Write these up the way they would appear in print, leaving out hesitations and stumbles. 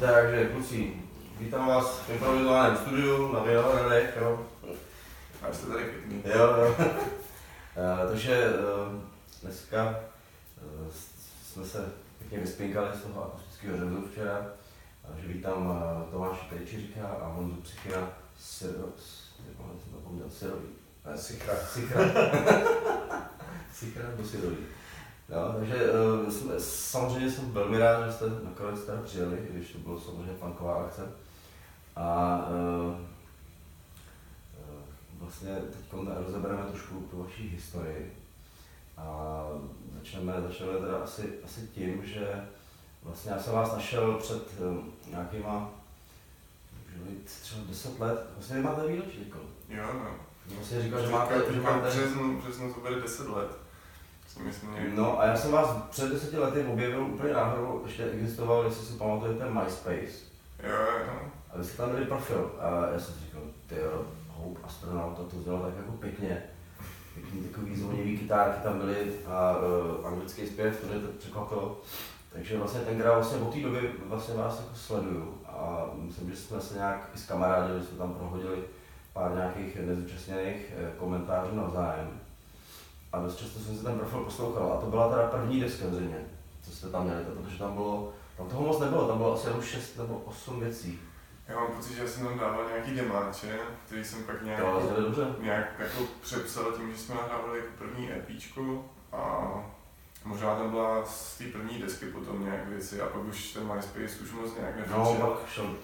Takže kluci, vítám vás v improvizovaném studiu na Vinohradech, jo. A jste tady pěkný. Jo. Takže dneska jsme se pěkně vyspinkali z toho akustického řezu včera. Takže vítám Tomáše Krejčířka a Honzu Psychina Sichra nebo Syrový. No, takže samozřejmě jsem velmi rád, že jste nakonec tady přijeli, i když to bylo samozřejmě punková akce. A vlastně teď rozebereme trošku tu vaši historii. A začneme teda asi tím, že vlastně já jsem vás našel před nějakýma, třeba 10 let, vlastně vy máte výročí teďko. Jo, no. Vlastně říkal, že máte... Březnu to bude 10 let. No a já jsem vás před 10 lety objevil úplně náhodou, ještě existoval, jestli si pamatujete, MySpace. Jo. A vy jste tam měli profil a já jsem si říkal, tyjo, houp astronauta, to znělo tak jako pěkně. Pěkný takový zvonivý kytárky tam byly a anglický zpěv, to mě to překvapilo. Takže vlastně tenkrát vlastně od té doby vlastně vás jako sleduju a myslím, že jsme se nějak i s kamarádem, že jsme tam prohodili pár nějakých nezúčastněných komentářů navzájem. A dost často jsem si ten profil poslouchal a to byla teda první deska zřejmě, co jste tam měli, protože tam toho moc nebylo, tam bylo asi jenom 6 nebo 8 věcí. Já mám pocit, že jsem tam dával nějaký demáče, který jsem pak nějak jako přepsal tím, že jsme nahrávali jako první EPčko a možná tam byla z té první desky potom nějak věci a pak už ten MySpace už moc nějak nefičil. No, pak šel.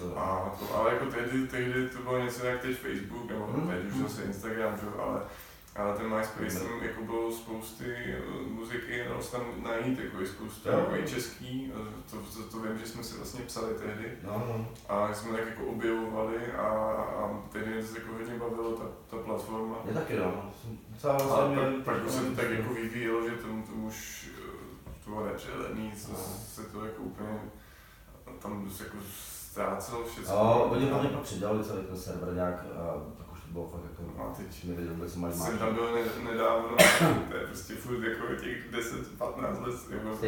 Ale jako tehdy to bylo něco jak teď Facebook, nebo teď už zase Instagram, že? Ale ten MySpace tam jako bylo spousty muziky, dalo se tam najít jako spoustu jako i český, to vím, že jsme si vlastně psali tehdy. No. A jsme tak jako objevovali a tehdy se jako hodně bavilo ta platforma. Mě taky no. Pak už se to tak jako vyvíjelo, že tomu už to bylo nepřehledný, se to jako úplně tam jako ztrácelo všechno. Oni hlavně pak přidali celý ten server nějak, tak už to bylo fakt jako, a teď nevěděl vůbec, co mají. Jsem tam byl nedávno, to je prostě furt jako těch 10-15 let, jako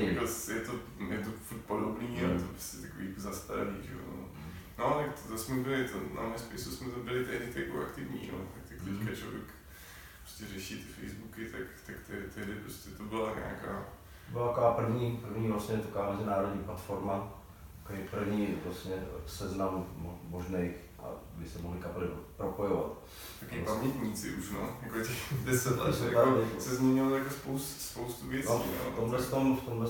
je to furt podobný, ale to prostě takový jako zastaralý, že jo. No, tak to jsme byli, na MySpaceu jsme to byli tehdy jako aktivní, no, tak teďka člověk prostě řeší ty Facebooky, tak tehdy prostě to byla nějaká... Byla taková první vlastně taková mezinárodní platforma, takový první vlastně seznam možných, a kdy se mohly kapely propojovat. Taky pamětníci už, no, jako těch 10 let, jako se změnilo jako spoustu věcí, no. V tomhle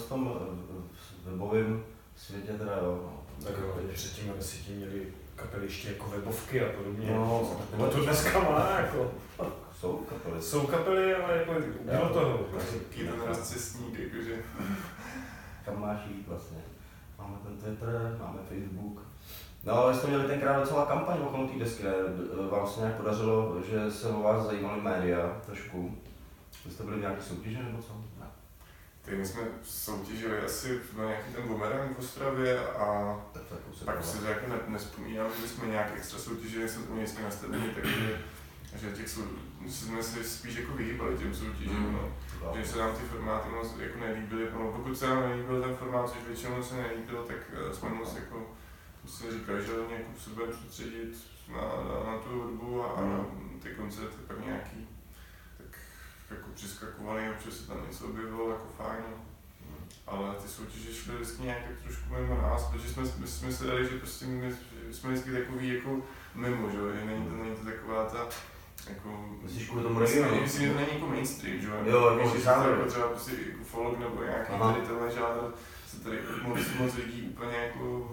webovém světě teda jo. Tak jo, předtím aby si tím měli kapely ještě jako webovky a podobně. No, to dneska má jako. Jsou kapely, ale jako bylo toho. Taký ten rozcestník, jakože. Kam máš jít vlastně? Máme ten Twitter, máme Facebook. No ale jste měli tenkrát docela kampaň okolo té desky, vám se nějak podařilo, že se o vás zajímaly média trošku. Vy jste byli v nějaké soutěži nebo co? Ne. My jsme soutěžili asi na nějaký ten Bumerang v Ostravě a pak si to jako nespomínám, že jsme nějak extra soutěžili, měli jsme nastavení, takže že jsme se spíš jako vyhýbali těm soutěžím, no. Že se nám ty formáty moc jako nelíbily, no, pokud se nám nelíbil ten formát, což většinou se nelíbilo, tak jsme moc jako si říkali, že nějak se budeme soustředit na tu hudbu a na ty koncerty pak nějaký, tak jako přiskakovali, občas se tam něco objevilo jako fajn, ale ty soutěže šly vždycky nějak tak trošku mimo nás, protože jsme si mysleli, že prostě my jsme vždycky takový jako mimo, že není to taková ta jako... Myslíš kvůli tomu regionu? Myslím, že to není jako mainstream, že jo, jako třeba prostě jako folk nebo nějaký tady tenhle žádr se tady moc lidí úplně jako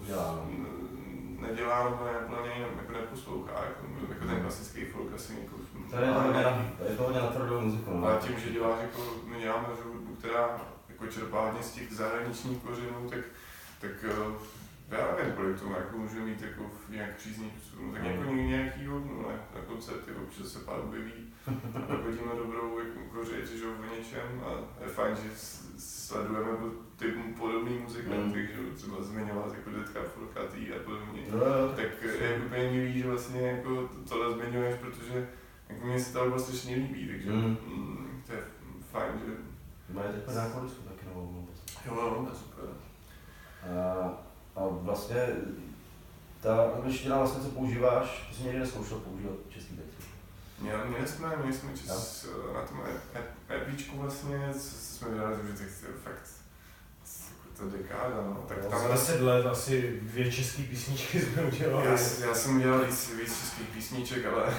nedělá nebo jako neposlouchá, jako ten klasický folk asi jako... To je to hodně na tvrdou muziku. Ale tím, že děláš jako, my děláme hudbu, která jako čerpá hodně z těch zahraničních kořenů, tak já nevím, kolik to jako může mít jako nějak přízní, tak jako nějakýho, na koncerty občas se pár objeví, hodíme dobrou jako řeč, že o něčem a je fajn, že sledujeme ty podobný muzikanty, že třeba zmiňovat jako Detka Forkatý a podobně, tak je úplně milý, že vlastně jako tohle zmiňuješ, protože jako mně se ta oblast strašně líbí, takže to je fajn, že... Mají teď nějakou disku taky novou, mám pocit. Jo, to je super. A vlastně ta angličtina vlastně, co používáš, ty jsi někdy nezkoušel používat český text? Měli jsme na tom EPčku vlastně, co jsme dělali, že to je fakt to dekáda, no. Tak tam za 10 let asi 2 české písničky jsme udělali. Já jsem udělal víc českých písniček, ale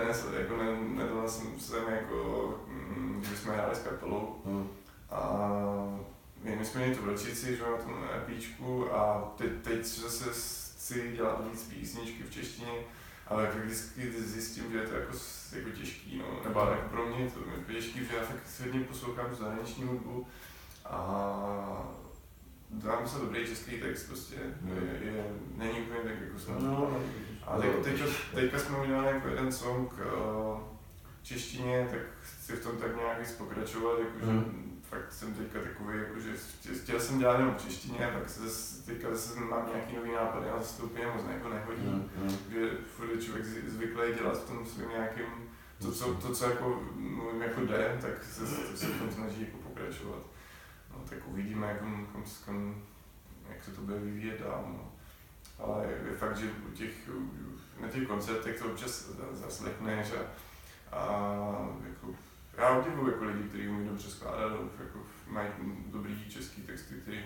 nedal jsem jako, když jsme hráli s kapelou. A my jsme měli tu vlčici, že na tom EPčku a teď zase chci dělat víc písničky v češtině, ale jak vždycky zjistím, že je to jako těžký, no. Nebo jako pro mě je to těžký, že já fakt hodně poslouchám zahraniční hudbu a dám se dobrý český text prostě, není úplně tak jako snad. A teďka jsme udělali jako jeden song v češtině, tak chci v tom tak nějak víc pokračovat, jakože fakt jsem teďka takový, jakože chtěl jsem dělat jenom v češtině, pak teďka zase mám nějaký nový nápady a zase to úplně moc nehodí, že furt je člověk zvyklý dělat v tom svým nějakým, to co jako mluvím jako jde, tak se v tom snaží jako pokračovat. No tak uvidíme, jak se to bude vyvíjet dál, no. Ale je fakt, že na těch koncertech to občas zaslechneš a jako, já obdivuju jako lidi, kteří umí dobře skládat, jako mají dobrý český texty, který...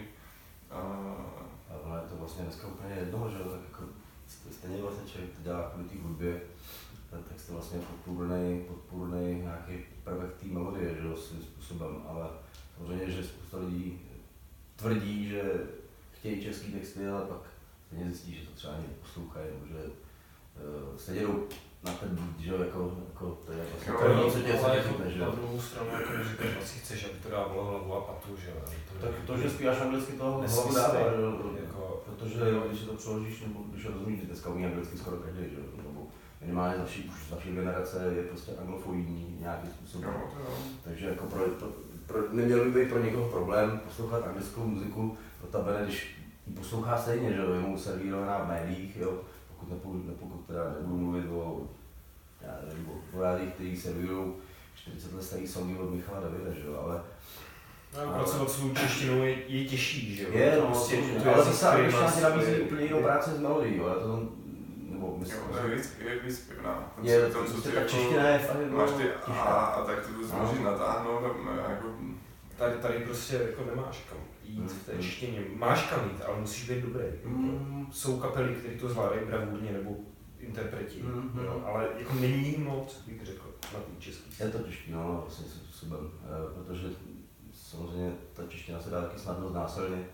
Ale je to vlastně dneska úplně jedno, že jo, tak jako stejně vlastně člověk to dělá kvůli té hudbě, ten text je vlastně podpůrný nějaký prvek té melodie, že jo, svým způsobem, ale samozřejmě, že spousta lidí tvrdí, že chtějí český texty, ale pak stejně zjistí, že to třeba ani neposlouchají, nebo že stejně jdou na ten beat, že jo, jako to je vlastně to, co tě chytne, že jo. Na druhou stranu, jako neříkáš, asi chceš, aby to dávalo hlavu a patu, že jo. Tak to, že zpíváš anglicky, to hlavu dává, protože když si to přeložíš, nebo když rozumíš, že dneska umí anglicky skoro každý, že jo, nebo minimálně už naší generace je prostě anglofoidní nějakým způsobem. Takže jako neměl by být pro někoho problém poslouchat anglickou muziku, notabene, když ji poslouchá stejně, že jo, je mu servírovaná v médiích, jo, pokud teda nebudu mluvit o rádiích, který servírují 40 let starý songy od Michala Davida, že jo, ale... Pracovat svou češtinou je těžší, že jo? Je, no, prostě, ale zase angličtina ti nabízí úplně jinou práci s melodií, ale to nebo myslím, je víc pěkná. Je, prostě ta čeština je fakt máš ty a tak to můžeš natáhnout, jako... Tady prostě jako nemáš kam jít v té češtině. Máš kam jít, ale musíš být dobrý. Jsou kapely, které to zvládají bravurně, nebo interpreti, jo, ale jako není moc, bych řekl, na té české. Je to těžké, no, vlastně způsobem, protože samozřejmě ta čeština se dá taky snadno znásilnit.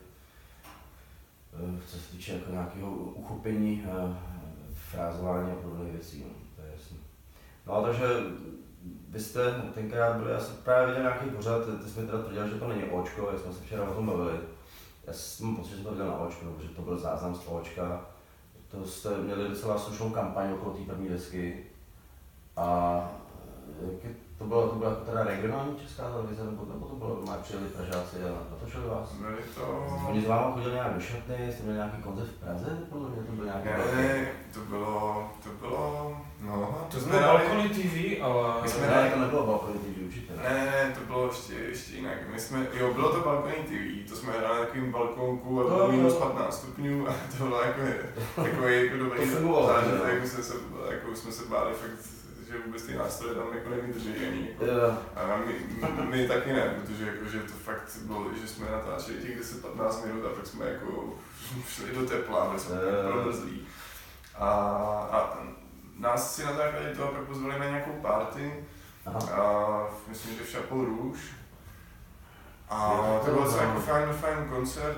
Co se týče jako nějakého uchopení, frázování a podobných věcí, no, to je jasný. No a takže vy jste tenkrát byli, já jsem právě viděl nějaký pořad, ty jsi mi teda tvrdil, že to není Očko, jak jsme se včera o tom bavili. Já jsem pocit, že jsem to viděl na Očko, protože to byl záznam z Očka. To jste měli docela slušnou kampaň okolo té první desky. A to bylo jako teda regionální česká televize, nebo to bylo normálně, přijeli Pražáci a natočili vás? Byli to... Oni s váma chodili nějak do šatny, jste měli nějaký koncert v Praze? Podle mě to byl nějaký... Ne, to bylo, no... To jsme Balkony TV, ale... Ne, to nebylo Balkony TV, určitě. Ne, to bylo ještě jinak. Bylo to Balkony TV, to jsme hráli na takovým balkónku a bylo minus 15 stupňů a to bylo jako takový jako dobrý zážitek, jako jsme se báli fakt, že vůbec ty nástroje tam jako nevydrží ani jako. A my taky ne, protože jako, že to fakt bylo, že jsme natáčeli těch 10-15 minut a pak jsme jako šli do tepla, byli jsme prodrzlí. A nás si na základě toho pak pozvali na nějakou party, myslím, že v Chapeau Rouge. A to byl jako fajn koncert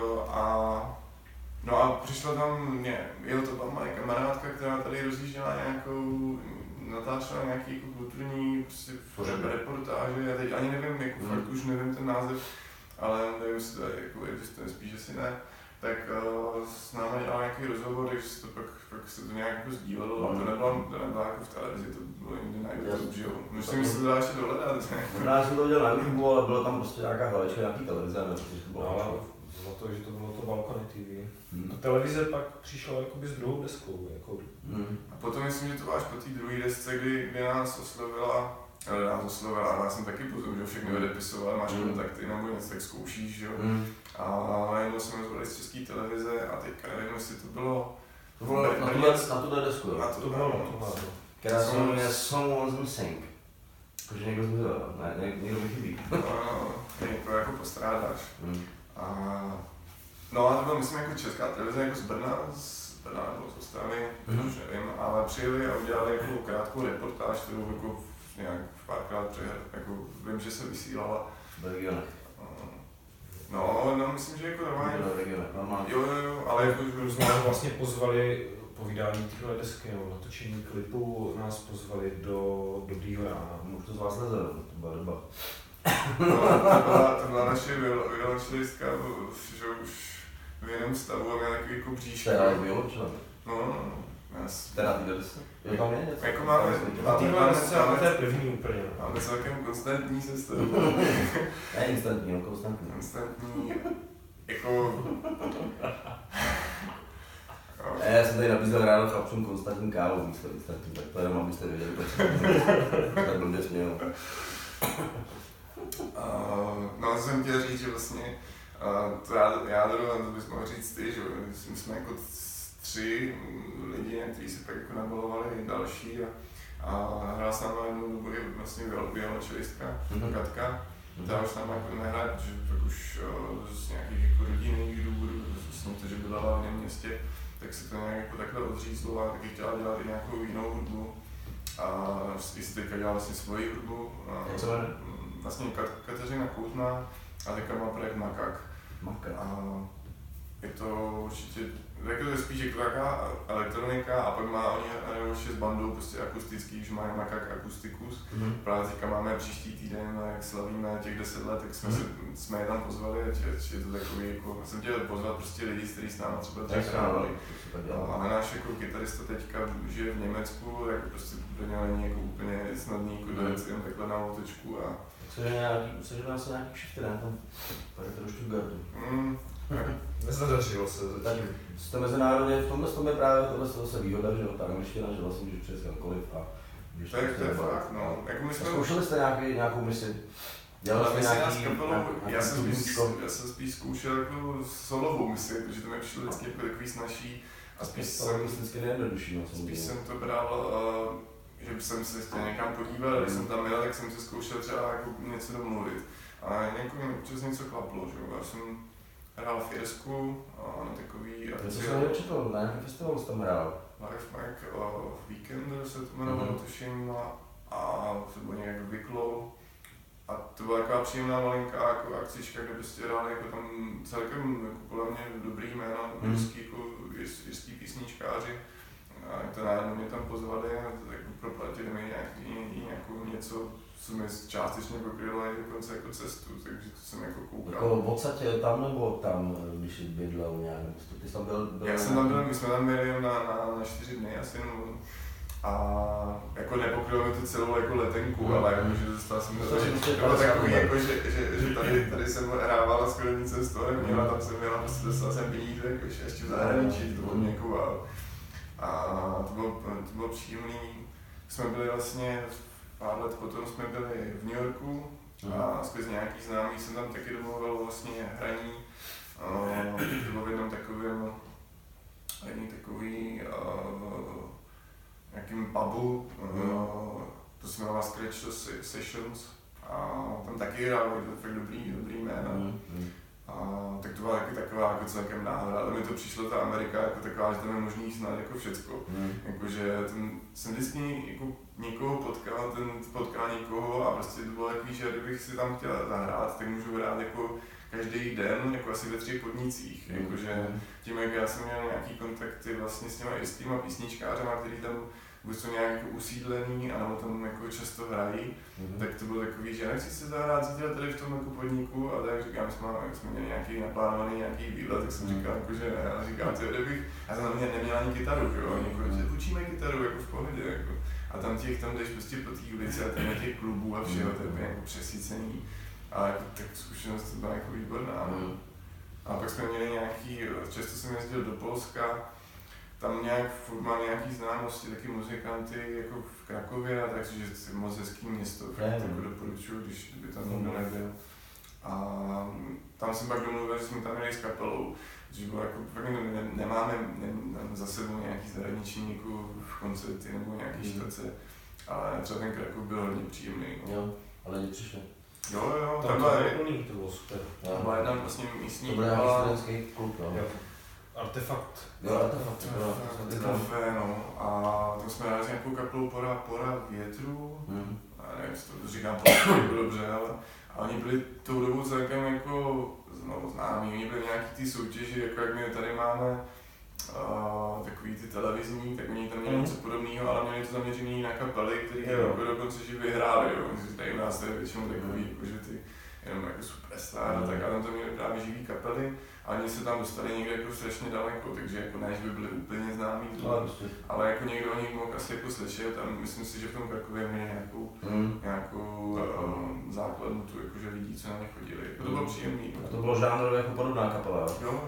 no a přišla tam, to byla moje kamarádka, která tady rozjížděla natáčela nějaký jako kulturní prostě reportáže, já teď ani nevím, jako fakt už nevím ten název, ale nevím, jestli to je, jako, jestli spíš asi ne, tak s námi dělal nějaký rozhovor, takže se to pak se to nějak jako sdílelo, ale to nebylo jako v televizi, to bylo někde na YouTube, že jo. Myslím, že se to dá ještě dohledat. Já jsem to viděl na YouTube, ale bylo tam prostě nějaká hlavička, nějaký televize, nebo to bylo to, že to bylo to Balkony TV. A televize pak přišla jakoby s druhou deskou. Jako. A potom myslím, že to až po té druhé desce, kdy nás oslovila dá to slovo, ale já jsem taky pozor, že všechny odepisoval, máš kontakty nebo něco, tak zkoušíš, jo. A najednou jsme zvali z České televize a teďka nevím, jestli to bylo... To bylo na tuhle desku, jo? To bylo. Která se jmenuje Someone's Missing. Jakože někdo zmizel, někdo mi chybí. Někoho jako postrádáš. No a to bylo, myslím, jako Česká televize, jako z Brna nebo z Ostravy, už nevím, ale přijeli a udělali jako krátkou reportáž, kterou jako nějak párkrát jako vím, že se vysílala. V regionech. No, myslím, že jako normálně. Jo, ale jako už nás vlastně pozvali po vydání téhle desky, no, natočení klipu nás pozvali do Bílého rána. Už to z vás nezvedl, to byla doba. To byla naše vyločlistka, že už v jiném stavu a měla takový jako bříško. Teda je vyločila? No, teda ty desky? Jo, tam je něco? Jako máme to je první úplně. Máme celkem konstantní sestavu. Ne instantní, no konstantní. Konstantní, jako... Já jsem tady nabízel ráno chlapcům konstantní kávu místo instantní, tak to jenom abyste věděli, proč tak blbě směl. No, jsem chtěl říct, že vlastně to jádro, to bys mohl říct ty, že my jsme jako 3 lidi, kteří se pak jako nabalovali další a hrála s námi jednou dobu i vlastně violočelistka, Katka. Ta už nám jako nehraje, protože pak už z nějakých jako rodinných důvodů, vlastně to, že byla v hlavním městě, tak se to nějak jako takhle odřízlo a taky chtěla dělat i nějakou jinou hudbu. A i si teďka dělala vlastně svoji hudbu. Jak se jmenuje? Vlastně Kateřina Koutná a teďka má projekt Makak. A je to určitě, jako to je spíš jako taková elektronika a pak má oni ještě s bandou prostě akustický, že mají Makak Akusticus. Právě teďka máme příští týden, jak slavíme těch 10 let, tak jsme je tam pozvali, ať je to takový jako, jsem chtěl pozvat prostě lidi, kteří s námi třeba dřív hrávali. A náš jako kytarista teďka žije v Německu, tak prostě pro něj není jako úplně snadný jako dojet jen takhle na autočku a... Cože nás nějaký kšefty, ne? Tam je to do Stuttgartu. Nezadařilo se. Tak jste mezinárodně, v tomhle tom je právě tohle zase výhoda, že ta angličtina, že vlastně můžeš přes kamkoliv a... To je fakt, no. Jako my jsme... Zkoušeli jste nějakou misi? Já jsem spíš zkoušel jako solovou misi, protože to mi přišlo vždycky jako takový snažší a spíš jsem to bral, že jsem se chtěl někam podívat, když jsem tam jel, tak jsem se zkoušel třeba jako něco domluvit. A někomu občas něco klaplo, že jo. Já jsem hrál v Irsku na takový akci. To jsem nečetl, na nějakém festivalu jsi tam hrál? Live Mike Weekender se to jmenovalo, tuším, a to bylo nějak Wicklow. A to byla taková příjemná malinká jako akcička, kde prostě hráli jako tam celkem jako podle mě dobrý jména, jirský písničkáři. A to najednou mě tam pozvali a jako proplatili mi nějakou něco, co mi částečně pokrylo i dokonce jako cestu, takže to jsem jako koukal. Jako v podstatě tam nebo tam, když jsi bydlel nějak, ty jsi tam byl? Já jsem tam byl, my jsme tam byli na 4 dny asi, a jako nepokrylo mi to celou jako letenku, ale jako, že dostal jsem to takový, jako, že tady jsem hrával skoro nic z toho neměla, tam jsem měla, prostě dostal jsem peníze, jako, ještě v zahraničí, to bylo někoho a to bylo příjemný. Jsme byli vlastně, pár let potom jsme byli v New Yorku a skrz nějaký známý jsem tam taky domluvil vlastně hraní. To bylo v jednom takovém, nějakým pubu, to se jmenovalo Scratch Sessions a tam taky hráli, to je fakt dobrý jméno. Tak to byla taková jako celkem náhoda, ale mi to přišlo ta Amerika jako taková, že tam je možný snad jako všecko. Jakože jsem vždycky jako někoho potkal někoho a prostě to bylo takový, že kdybych si tam chtěl zahrát, tak můžu hrát jako každý den, jako asi ve 3 podnicích. Jakože tím, jak já jsem měl nějaký kontakty vlastně s těma irskýma písničkářema, který tam buď jsou nějak jako usídlený, anebo tam jako často hrají, tak to bylo takový, že nechci se zahrát zítra tady v tom jako podniku a tak říkám, jak jsme měli nějaký naplánovaný nějaký výlet, tak jsem říkal jako, že ne, ale říkám, já jsem tam neměl ani kytaru, jo, někoho, že učíme kytaru jako v pohodě, jako. A tam jdeš prostě po té ulici a tam je těch klubů a všeho, to je jako přesícený. A jako, tak zkušenost byla jako výborná. A pak jsme měli nějaký, často jsem jezdil do Polska, tam nějak furt mám nějaký známosti, taky muzikanty jako v Krakově, takže je moc hezký město, jako doporučuji, když by tam nikdo nebyl. A tam jsem pak domluvil, že jsme tam jeli s kapelou, že bylo jako, nemáme za sebou nějaký zahraničníků v koncerty nebo nějaký štace, ale třeba ten Krakov byl hodně příjemný. No. Jo, ale lidi přišli. Jo, tam to bylo super. To byla jedna vlastně místní. To byl nějaký studentský klub, jo. Artefakt. Jo, Artefakt. No. A tam jsme hráli s nějakou kapelou Pora větru. Já nevím, jestli to říkám dobře, ale oni byli tou dobou celkem jako známí. Oni byli nějaký ty soutěži, jako jak my tady máme takový ty televizní, tak oni tam měli něco podobného, ale měli to zaměřený na kapely, které jako dokonce že vyhráli. Tady u nás je většinou takový, jako, že ty jenom jako superstar a tak, a tam to měli právě živý kapely a oni se tam dostali někde jako strašně daleko, takže jako ne, že by byli úplně známí, ale jako někdo o nich mohl asi jako slyšet a myslím si, že v tom Krakově měli nějakou základnu tu, jakože lidí, co na ně chodili. To bylo příjemný. A to bylo žánrově jako podobná kapela, jo?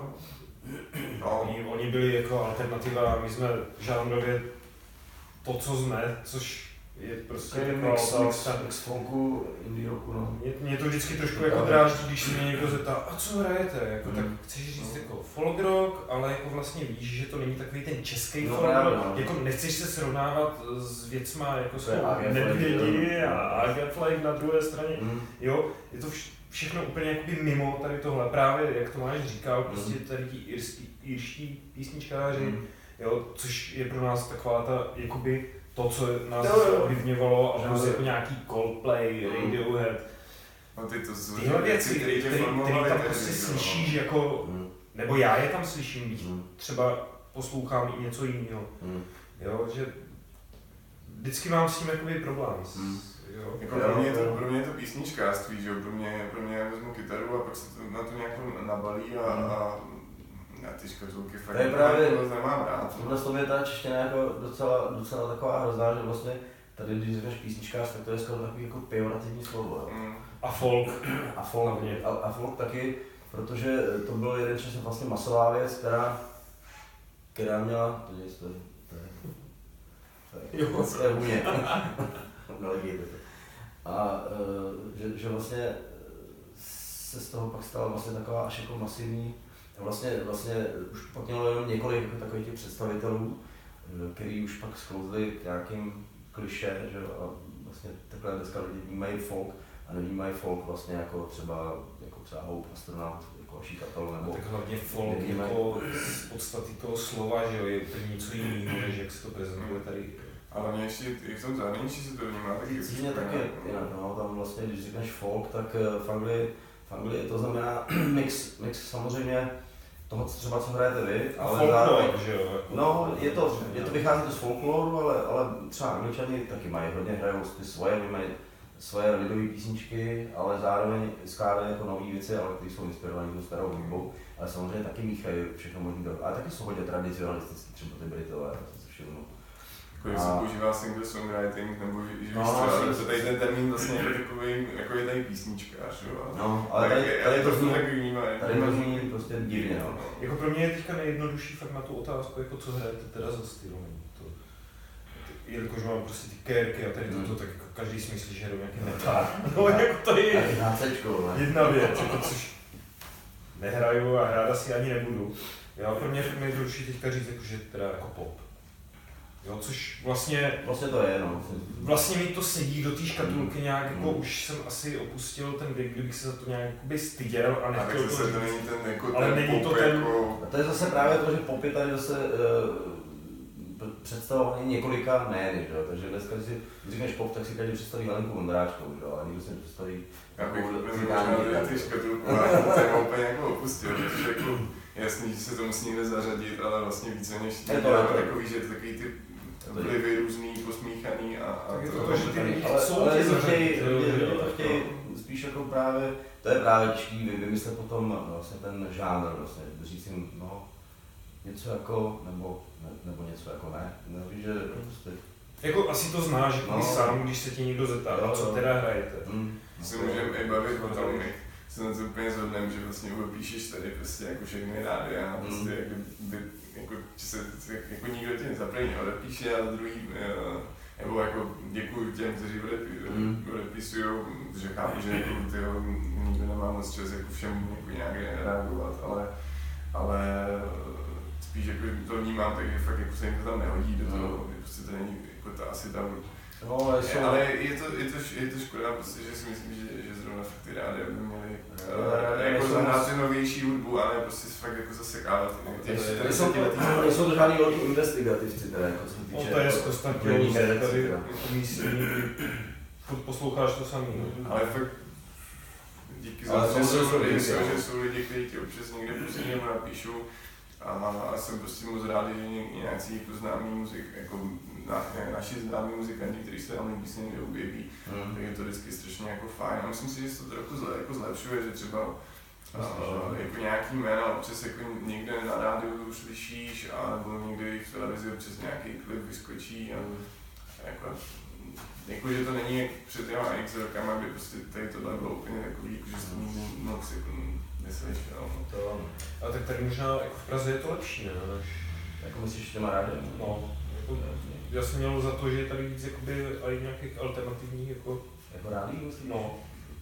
Oni byli jako alternativa, my jsme žánrově to, co jsme, což je prostě mix funku, indie rocku, no. Mě to vždycky trošku jako dráždí, když se mě někdo zeptá, a co hrajete, jako, tak chceš říct jako folk rock, ale jako vlastně víš, že to není takový ten český folk rock, jako nechceš se srovnávat s věcma, jako jsou Medvědi a Agatflag na druhé straně, jo, je to všechno úplně jakoby mimo tady tohle, právě jak Tomáš říkal, prostě tady ti irští písničkáři, jo, což je pro nás taková ta, jakoby to, co nás ovlivňovalo a plus jako nějaký Coldplay, Radiohead. Tyhle věci, které tam prostě slyšíš jako, nebo já je tam slyším, když třeba poslouchám i něco jiného. Jo, že vždycky mám s tím jakoby problém. Jako pro mě je to písničkářství, že jo, pro mě já vezmu kytaru a pak se to na to nějak nabalí a ty škazulky fakt to je právě, nemám rád. Tohle slově ta čeština jako docela taková hrozná, že vlastně tady když řekneš písničkář, tak to je skoro takový jako pejorativní slovo. A folk. A folk taky, protože to byl jeden čas vlastně masová věc, která měla, to je hůně. A že vlastně se z toho pak stala vlastně taková až jako masivní. Vlastně už pak mělo jenom několik jako takových těch představitelů, kteří už pak sklouzli k nějakým klišé, že a vlastně takhle dneska lidi vnímají folk a nevnímají folk vlastně jako třeba Hope, Astronaut, jako vaší kapelu nebo... Tak hlavně folk jako z podstaty toho slova, že jo, je úplně něco jiného, než jak se to prezentuje tady. Ale mě ještě i v tom zahraničí se to vnímá taky. Cíně taky jinak, no, tam vlastně, když říkáš folk, tak v Anglii to znamená mix samozřejmě toho třeba, co hrajete vy, ale zároveň, že jo? No, vychází to z folkloru, ale třeba Angličani taky hrajou ty svoje lidové písničky, ale zároveň skládají jako nové věci, ale které jsou inspirované tou starou hudbou, ale samozřejmě taky míchají všechno možné, ale taky jsou hodně tradicionalistické, třeba ty Britové, to všechno. Jako jak se používá single songwriting, nebo že tady ten termín vlastně je takový, jako je tady písničkář, jo? No, ale tady to zní prostě divně, no. Jako pro mě je teďka nejjednodušší fakt na tu otázku, jako co hrajete teda za styl. Jelikož mám prostě ty kérky a tady toto, tak jako každý si myslí, že hrajou nějaký metal. No jako to je jedna věc, jako což nehraju a hrát asi ani nebudu. Já pro mě je nejjednodušší teďka říct, jako, že teda jako pop. Jo, což vlastně to je, no. Vlastně mi to sedí do té škatulky nějak, jako už jsem asi opustil ten věk, kdybych se za to nějak styděl a nechtěl to říct. Ale není to ten... A to je zase právě to, že pop je tady zase představovaný několika jmény, že jo, takže dneska, když říkáš pop, tak si každý představí Helenku Vondráčkovou, že jo, ale nikdo si nepředstaví takovou ty škatulku a to je úplně jako opustil, protože jako jasný, že se to musí někde zařadit, ale vlastně více než takový, že takový ty vlivy různý, posmíchaný a to, že ty lidi jsou ale to chtějí spíš jako právě, to je právě těžký vymyslet potom vlastně ten žánr, vlastně říct jim, no, něco jako, nebo něco jako ne, nevíš, že prostě... Jako asi to znáš, jako ty sám, když se ti někdo zeptá, a co teda hrajete. Si můžeme i bavit o tom, se na to úplně zhodneme, že vlastně píšeš tady prostě jako všechny rádia, prostě jako nikdo tě za první odepíše, a za druhý, nebo jako děkuji těm, kteří odepisují, protože chápu, že jako, nikdo nemá moc čas jako všem jako nějak reagovat, ale spíš jako to vnímám, takže fakt jako se jim to tam nehodí do toho, prostě to není jako to asi tam. No, ale je to škoda, prostě, že si myslím, že zrovna fakt ty rádia by měly jako zahrát ty novější hudbu, ale prostě fakt jako zasekávat. Nejsou to žádný velký investigativci, teda, jako co se týče. To je zkostatně tady místní, posloucháš to samý. Ale fakt díky za to, že jsou lidi, kteří ti občas někde prostě nebo napíšu a jsem prostě moc rád, že nějací jako známý muzik, jako naši známí muzikanti, kteří se tam písně někde objeví, tak je to vždycky strašně jako fajn. A myslím si, že se to trochu jako zlepšuje, že třeba jako nějaký jména občas jako někde na rádiu slyšíš, nebo někdy v televizi občas nějaký klip vyskočí a jako že to není jak před těma X rokama, kdy prostě tady tohle bylo úplně takový, jako, že se to nikdy moc jako neslyšel. A tak tady možná jako v Praze je to lepší, ne? Jako myslíš těma rádiem? No, jako, já jsem měl za to, že je tady víc jakoby i nějakých alternativních jako rádií, myslíš? No.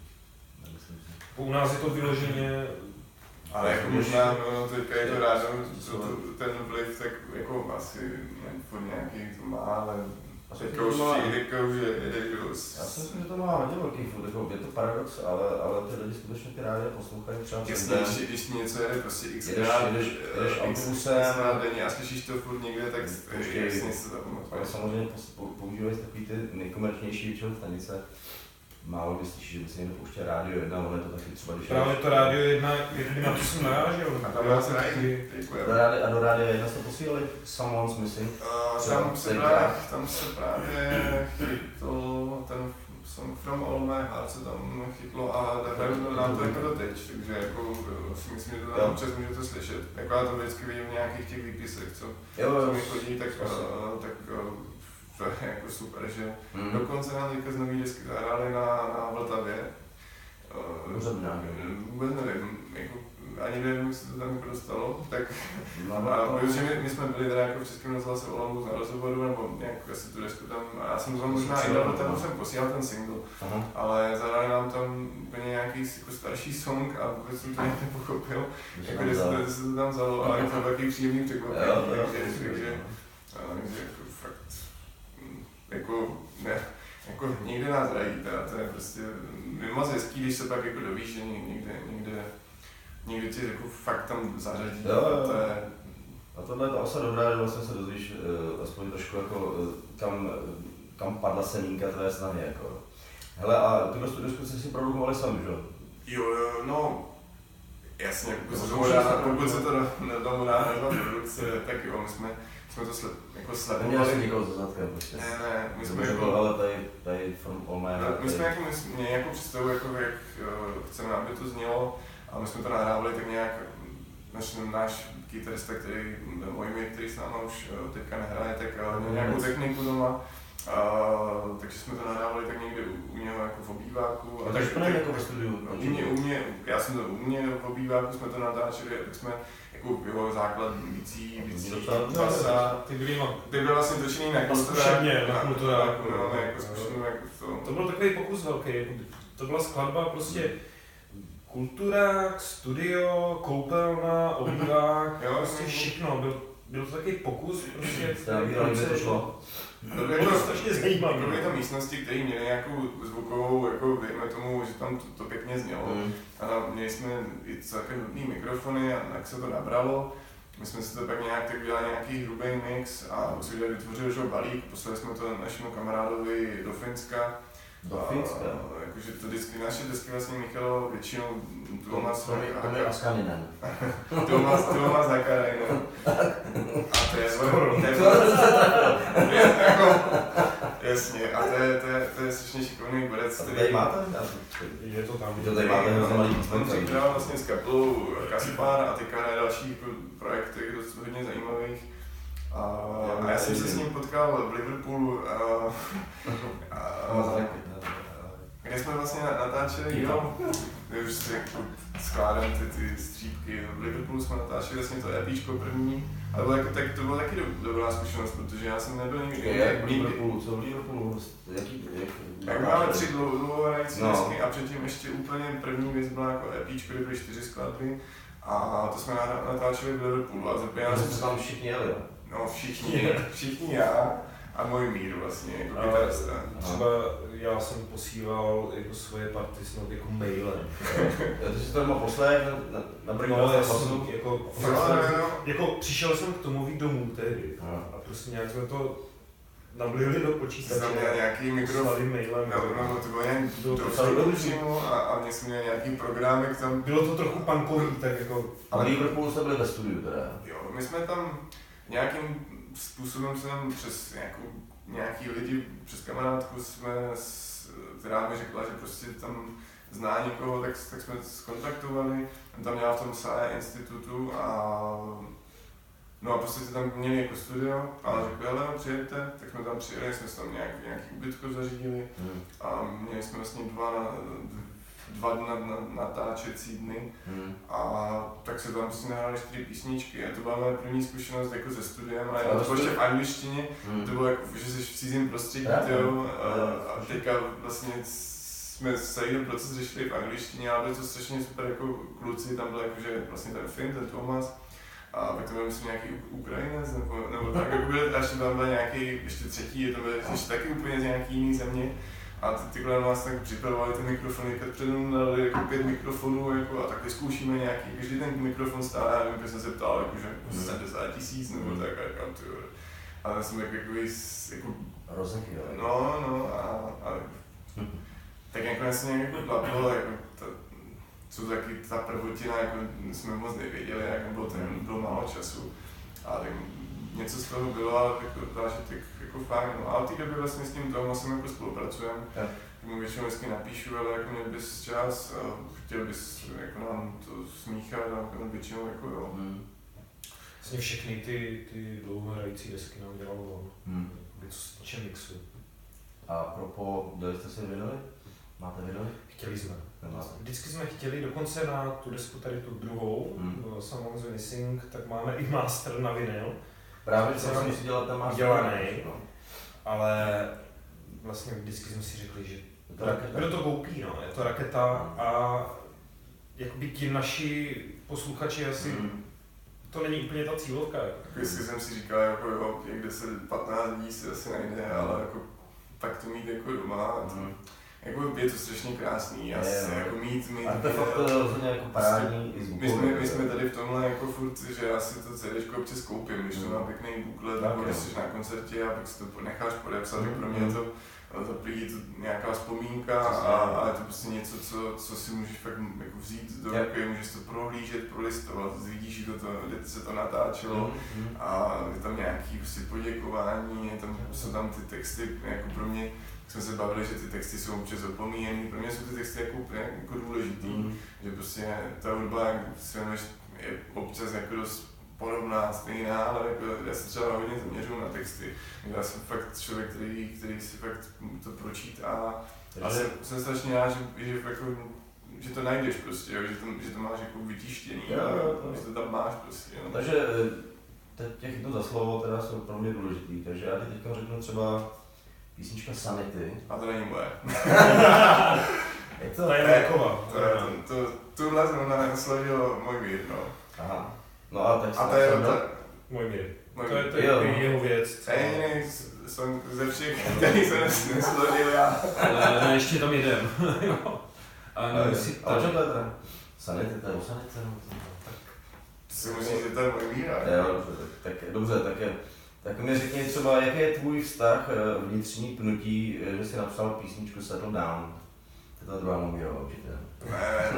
U nás je to vyloženě. Ale jako možná, no teďka je to rád, ten vliv, tak jako asi pod nějaký to má, ale teďka už že jede dost. Já si myslím, že to má hodně velký furt, jako je to paradox, ale ty lidi skutečně ty rádia poslouchají třeba přes den. Když něco jede prostě jdeš autobusem na denně a slyšíš to furt někde, tak jasně se to ale samozřejmě používají takový ty nejkomerčnější většinou stanice. Málo kdy slyšíš, že by se někdo pouštěl rádio 1, ono je to taky třeba, když právě to rádio 1, jak na to jsem narážel. A tam já se taky. A do rádia 1 jste posílali Someone's Missing? Tam se právě chytlo, ten Song From All My Heart se tam chytlo a hraju nám to jako doteď, takže jako si myslím, že to tam občas můžete slyšet. Jako já to vždycky vidím v nějakých těch výpisech, co mi chodí, tak to je jako super, že dokonce nám teďka z nový desky zahráli na Vltavě. Vůbec nevím, jako, ani nevím, jak se to tam jako dostalo, tak protože my jsme byli teda jako v Českém rozhlase Olomouc na rozhovoru, nebo nějak asi tu desku tam, a já jsem tam možná i na Vltavu jsem posílal ten single, ale zahráli nám tam úplně nějaký jako starší song a vůbec jsem to nějak nepochopil, jako kde se to tam vzalo, ale to byl takový příjemný překvapení, takže fakt jako ne, jako někde nás hrají, to je prostě moc hezký, když se pak jako dovíš, že někde tě jako fakt tam zařadí, to je... A tohle je to osa dobrá, že vlastně se dozvíš aspoň trošku jako kam padla semínka tvé snahy jako. Hele, a tuhle studiosku jste si produkovali sami, že? Jo, no, jasně, pokud se to tomu dá nazvat produkce, tak jo, my jsme to sledovali. Neměl jsi někoho za zadkem prostě. Ne, my jsme jako, ale tady From All My Heart. My jsme nějakou představu, jako, jak chceme, aby to znělo, a my jsme to nahrávali tak nějak, náš kytarista, který Mojmír, který s náma už teďka nehraje, tak měl nějakou techniku doma. Takže jsme to nahrávali tak někde u něho jako v obýváku. A takže to není jako ve studiu? Já jsem to u mě v obýváku jsme to natáčeli, tak jsme jako jeho základ bicí, basa. Ty byl vlastně točený na kulturáku. To byl takový pokus velký, to byla skladba prostě kulturák, studio, koupelna, obývák, prostě všechno. Byl to takový pokus, prostě to šlo. Bylo strašně zajímavé. Byly to místnosti, které měly nějakou zvukovou, jako dejme tomu, že tam to pěkně znělo. A měli jsme i celkem nudný mikrofony a tak se to nabralo. My jsme si to pak nějak tak udělali nějaký hrubý mix a vytvořili balík, poslali jsme to našemu kamarádovi do Finska. Do Finska? Jakože to vždycky naše desky vlastně Michalo většinou Tuomas Askaninen. Tuomas Hakkarainen. A to je jasně, a to je strašně šikovný borec. Tady máte? Je to tam. To tady máte hrozně malý On připravil vlastně s kapelou Kaspar a teďka na další projekty, dost hodně zajímavých. A já jsem se s ním potkal v Liverpoolu, kde jsme vlastně natáčeli, kde už si jako skládám ty střípky. V Liverpoolu jsme natáčeli vlastně to EPčko první, ale to byla taky dobrá zkušenost, protože já jsem nebyl nikdy. Jak v Liverpoolu, co v Liverpoolu? Jak máme 3 dlouhohrající desky a předtím ještě úplně první věc byla jako EPčko, kde byly 4 skladby a to jsme natáčeli v Liverpoolu. A já jsem tam všichni jeli, jo? No všichni já a můj mír vlastně, jako kytarista. Třeba já jsem posílal jako svoje party snad jako mailem. Ty jsi to doma poslech na no, jako přišel jsem k tomu víc domů tehdy a prostě nějak jsme to nablili do počítače. Jsem měl nějaký mikrofon, mailem. No, to bylo jen do přímo a mě jsem měl nějaký programek tam. Bylo to trochu punkový, tak jako. Ale v Liverpoolu jste byli ve studiu teda? Jo, my jsme tam nějakým způsobem se tam přes nějaký lidi, přes kamarádku která mi řekla, že prostě tam zná někoho, tak jsme skontaktovali. Tam měla v tom SAE institutu no a prostě tam měli jako studio a řekli, ale přijďte, tak jsme tam přijeli, jsme tam nějaký ubytko zařídili a měli jsme vlastně dva natáčecí dny a tak se tam si nahráli 4 písničky a to byla moje první zkušenost jako se studiem a to ještě v angličtině, to bylo jako, že jsi v cizím prostředí, a teďka vlastně jsme celý ten proces řešili v angličtině, ale bylo to strašně super jako kluci, tam byl jakože vlastně ten Finn, ten Thomas a pak to byl myslím nějaký Ukrajinec nebo tak, jako byl, až tam byl nějaký ještě třetí, to byl ještě taky úplně z nějaký jiný země. A ty nás tak připravovali ty mikrofony, když předem dali jako 5 mikrofonů jako, a tak vyzkoušíme nějaký, každý ten mikrofon stál, já nevím, když jsem se ptal, jakože 70 000 nebo tak, a říkám, tyjo. A já jsem jako rozechy, jo. No, a tak nakonec se nějak jako klapilo, jako co taky ta prvotina, jako jsme moc nevěděli, jak bylo málo času. A tak něco z toho bylo, ale jako zážitek jako fajn. No. A od té doby vlastně s tím Thomasem jako spolupracujeme. Mu většinou vždycky napíšu, ale jako měl bys čas, chtěl bys jako nám to smíchat a většinou jako jo. Vlastně všechny ty dlouhohrající desky nám dělalo on. Co se týče mixu. A propo, dali jste si vinyly? Máte vinyly? Chtěli jsme. Vždycky jsme chtěli, dokonce na tu desku tady tu druhou, Someone's Missing, tak máme i master na vinyl. Právě co musí dělat ten master. Udělaný, ale vlastně vždycky jsme si řekli, že kdo to koupí, no, je to Raketa a jakoby ti naši posluchači asi to není úplně ta cílovka. Vždycky jsem si říkal, jako jo, 10-15 lidí si asi najde, ale jako tak to mít jako doma. Jako je to strašně krásný, jako mít. A to je fakt rozhodně jako parádní i zvukový. My jsme tady v tomhle jako furt, že já si to CDčko občas koupím, když to má pěkný buklet, nebo když jsi na koncertě a pak si to necháš podepsat, tak pro mě je to prý nějaká vzpomínka a je to prostě něco, co si můžeš fakt jako vzít do ruky, můžeš to prohlížet, prolistovat, vidíš, kde se to natáčelo a je tam nějaký prostě poděkování, jsou tam ty texty, jako pro mě, jsme se bavili, že ty texty jsou občas opomíjený, pro mě jsou ty texty jako důležitý, že prostě ta hudba, jak si věnuješ, je občas jako dost podobná, stejná, ale jako já se třeba hodně zaměřuju na texty. Já jsem fakt člověk, který si fakt to pročítá. Ale jsem strašně rád, že to najdeš prostě, že to máš jako vytištěný, že to tam máš prostě. No. Takže teď tě chytnu za slovo, teda jsou pro mě důležitý, takže já ti teďka řeknu třeba písnička Sanity. A to není moje. Je to Jakova. Tuhle zrovna složil můj mír, no. Aha. No a tak a to je můj mír. To je jeho věc. To je jediný song ze všech, který se nesložil já. Ale ještě tam jedem. A o čem to je teda? Sanity, to je o Sanity, tak. Si myslíš, že to je můj mír? Jo, dobře, tak mi řekni třeba, jaký je tvůj vztah vnitřní pnutí, že jsi napsal písničku Settle Down. To je ta druhá Míra určitě. Ne.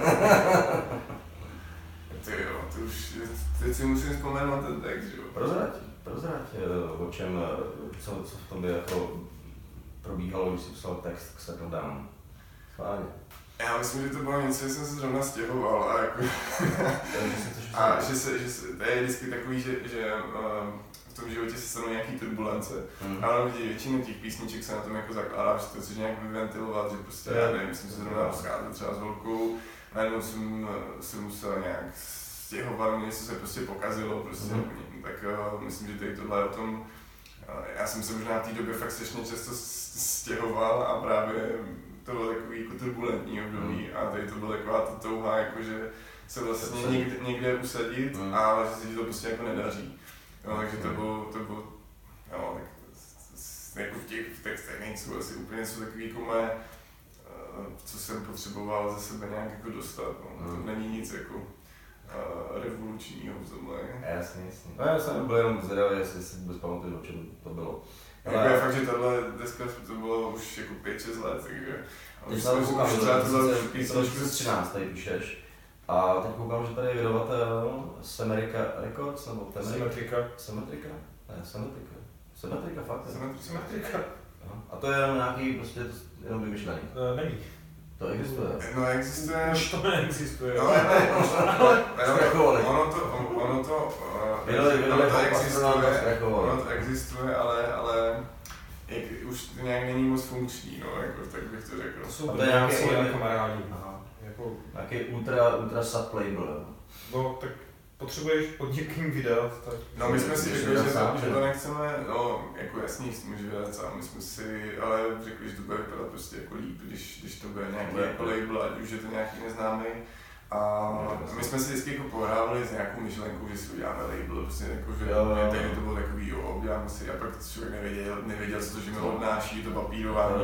Ty jo, teď si musím vzpomenout ten text, jo. Prozrať, o čem, co v tom by jako probíhalo, když jsi psal text k Settle Down. Schválně. Já myslím, že to bylo něco, že jsem se zrovna stěhoval a jako... a že to je vždycky takový, že v tom životě se stanou nějaký turbulence, ale většina těch písniček se na tom jako zakládá, že to chceš nějak vyventilovat, že prostě, já nevím, jsem se zrovna rozcházel třeba s holkou najednou jsem se musel nějak stěhovat, něco se prostě pokazilo, prostě, tak myslím, že tady tohle o tom, já jsem se možná v té době fakt strašně často stěhoval a právě to bylo takový jako turbulentní období a tady to byla taková ta touha, jakože se vlastně někde usadit, ale že se ti to prostě jako nedaří. Jo, takže to bylo jo, tak jako v textech nejsou asi úplně něco takový jako moje, co jsem potřeboval ze sebe nějak jako dostat. No. To není nic jako revolučního v tomhle. Jasně. No já jsem byl jenom zvědavý, jestli si vůbec pamatuju, o čem to bylo. Ale je fakt, že tohle deska to bylo už jako 5-6 let, takže... Teď jsem koukám, že to 2013 tady píšeš. A teď koukám, že tady je vydavatel Semetrika Records, nebo Semetrika. Semetrika? Ne, Semetrika. Semetrika, fakt? Semetrika. A to je jenom nějaký, prostě jenom vymyšlený? Není. To existuje? No existuje. Už to neexistuje. No, ono to existuje, ale už to nějak není moc funkční, no, jako, tak bych to řekl. To jsou nějaké kamarádi. Jako nějaký ultra sublabel. No, tak potřebuješ pod někým vydat, tak... No, my jsme si řekli, že to nechceme, no, jako jasný, s tím, že vydat sám, my jsme si, ale řekli, že to bude vypadat prostě jako líp, když to bude nějaký jako label, ať už je to nějaký neznámý. A my jsme si vždycky jako pohrávali s nějakou myšlenkou, že si uděláme label, prostě jako, že tehdy to bylo takový, jo, uděláme si, a pak člověk nevěděl, co to živno odnáší, to papírování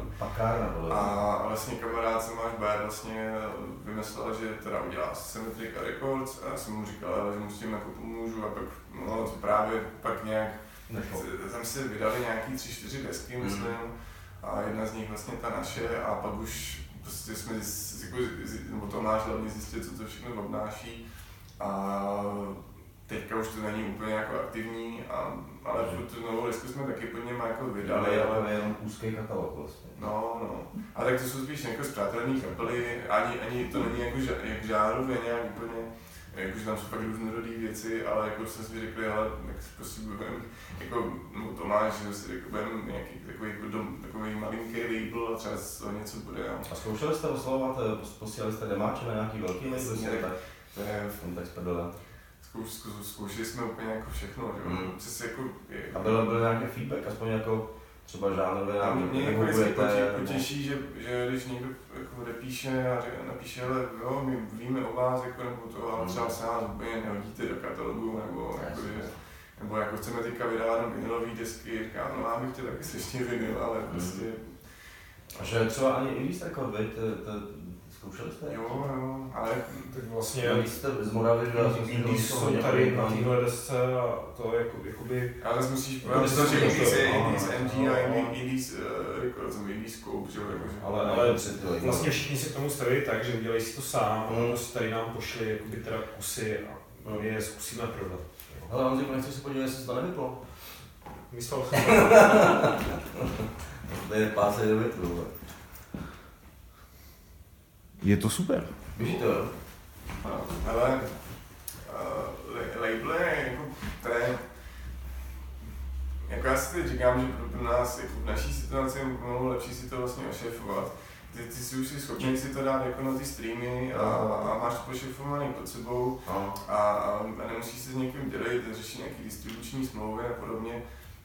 a vlastně kamarád Semáš vlastně vymyslel, že teda udělá Semetrika Records a já jsem mu říkal, že mu s tím jako pomůžu a pak, no, to právě pak nějak, tam si vydali nějaký 3-4 desky, myslím, a jedna z nich vlastně ta naše a pak už prostě jsme jako, Tomáš hlavně zjistil, co to všechno obnáší a teďka už to není úplně jako aktivní, ale tu novou desku jsme taky pod něm jako vydali, ale jenom úzký katalog vlastně. No, a tak to jsou spíš jako zpřátelený kapely, ani to není jako žánrově nějak úplně, jakože tam jsou fakt různorodý věci, ale jako jsme si řekli, ale tak prostě budeme, jako Tomáš, že si řekl, budeme nějaký takový malinký label a třeba to něco bude. A zkoušeli jste oslovovat, posílali jste demáče na nějaký velký label? To je tak sprdele. Zkoušeli jsme úplně jako všechno, že? Jako, a byl nějaký feedback, aspoň jako třeba žánrově nám mě jako potěší, že když někdo jako nepíše a napíše, ale jo, my víme o vás, jako, nebo to, ale třeba se nás úplně nehodíte do katalogu, nebo jako chceme teďka vydávat jenom vinylové desky, říkám, no já bych chtěl taky ještě vinyl, ale prostě... A že třeba ani Indie Record, zkoušeli jste? Jo, ale tak vlastně jste z Moravy, že Indie jsou tady na téhle desce a to jakoby... Ale zase musíš povedat, že Indies MG a Indies Records, Indies Scope, že jo, ale vlastně všichni se k tomu staví tak, že udělají si to sám a prostě tady nám pošli jakoby teda kusy a my je zkusíme prodat. Ale Honziku, nechceš se podívat, jestli to nevyplo? Myslel jsem. To je pásej do větru. Je to super. Běží to, jo? Ale label je jako trend. Jako já si teď říkám, že pro nás jako v naší situaci je mnoho lepší si to vlastně ošefovat. Ty jsi už si schopný si to dát jako na ty streamy a máš to pošefovaný pod sebou a nemusíš se s někým dělit, řešit nějaký distribuční smlouvy a podobně.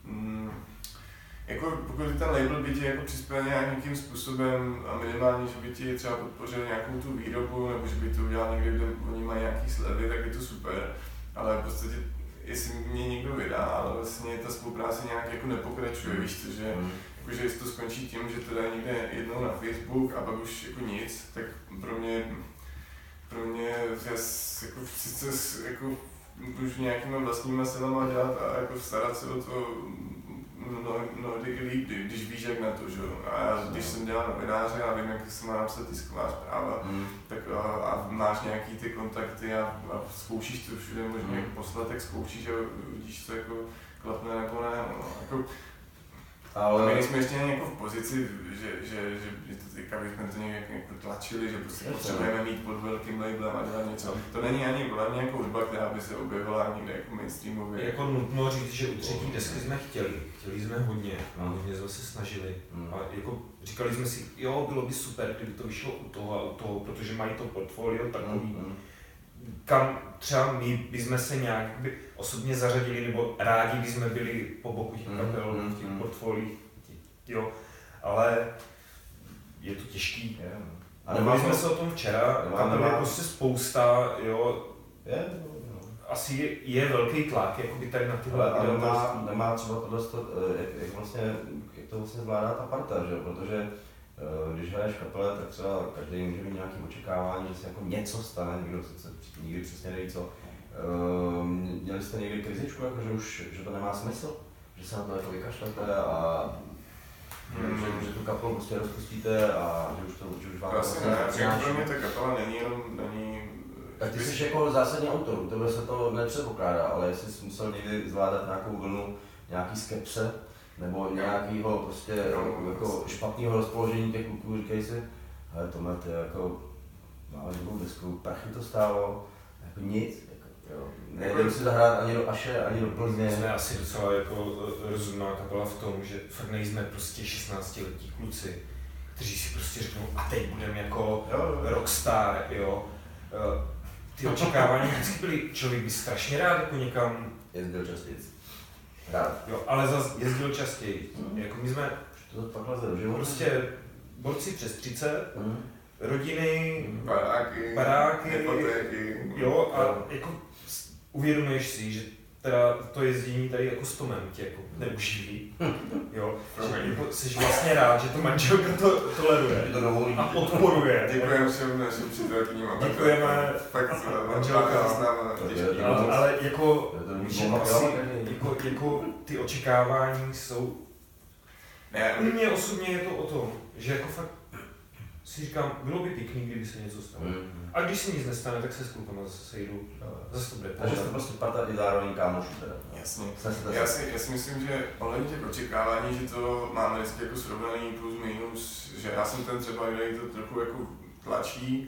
Jako pokud ten label by ti jako přispěl nějakým způsobem a minimálně, že by ti třeba podpořil nějakou tu výrobu nebo že by to udělal někde, kde oni mají nějaký slevy, tak je to super. Ale v podstatě, jestli mě někdo vydá, ale vlastně ta spolupráce nějak jako nepokračuje, víš co, že jakože jestli to skončí tím, že to dá někde jednou na Facebook a pak už jako nic, tak pro mě já jako sice jako už nějakýma vlastníma silama dělat a jako starat se o to líp, když víš jak na to, že jo. A já, když jsem dělal novináře a vím, jak se má napsat tisková zpráva, tak a máš nějaký ty kontakty a zkoušíš to všude možná poslat, tak zkoušíš a vidíš, co jako klapne nebo ne. No, jako, Ale my nejsme ještě jako v pozici, že to teďka bychom to nějak jako tlačili, že prostě potřebujeme mít pod velkým labelem a dělat něco. To není ani hlavně jako hudba, která by se objevila někde jako mainstreamově. Jako nutno říct, že u třetí desky jsme chtěli jsme hodně jsme se snažili. A jako říkali jsme si, jo, bylo by super, kdyby to vyšlo u toho, protože mají to portfolio takový, kam třeba my bychom se nějak osobně zařadili, nebo rádi bychom byli po boku těch kapel, v těch portfoliích, jo, ale je to těžký. A mluvili jsme se o tom včera, kapel je prostě spousta, jo, asi je velký tlak, jakoby tady na tyhle. Ale nemá třeba tohle, jak to vlastně zvládá ta parta, že? Protože když hraješ kapele, tak třeba každý může mít nějaké očekávání, že se jako něco stane, nikdo se nikdy přesně neví co. Měli jste někdy krizičku, jako, že to nemá smysl? Že se na to jako vykašlete a že tu kapelu prostě rozpustíte a že už vám to vlastně nepřináší? Pro mě ta kapela není... Tak ty jsi jako zásadní autor, u tebe se to nepředpokládá, ale jestli jsi musel někdy zvládat nějakou vlnu, nějaký skepse, nebo nějakého prostě jako špatného rozpoložení těch kluků, říkají si, hele Tome, ty jako máme druhou desku, prachy to stálo, jako nic, jako, jo. Nejde si zahrát ani do Aše, ani do Plzně. Jsme asi docela jako rozumná kapela v tom, že fakt nejsme prostě 16letí kluci, kteří si prostě řeknou, a teď budeme jako rockstar, jo. Ty očekávání vždycky byly, člověk by strašně rád jako někam jezdil častěji. Rád. Jo, ale zase jezdil častěji. Jako my jsme prostě borci přes 30, rodiny, baráky, hypotéky. Jo, a jako uvědomuješ si, že teda to jezdění tady jako s Tomem tě jako neuživí. Jo, že jako jsi vlastně rád, že to manželka to toleruje a podporuje. Děkujeme všem našim přítelkyním a děkujeme manželka, ale jako ty očekávání jsou... U mě osobně je to o tom, že jako fakt si říkám, bylo by pěkný, kdyby se něco stalo. A když se nic nestane, tak se s klukama zase sejdu. Zase to bude. Takže jste prostě parta i zároveň kámošů teda. Jasně. Já si myslím, že ohledně těch očekávání, že to máme vždycky jako srovnaný plus minus, že já jsem ten třeba, který to trochu jako tlačí,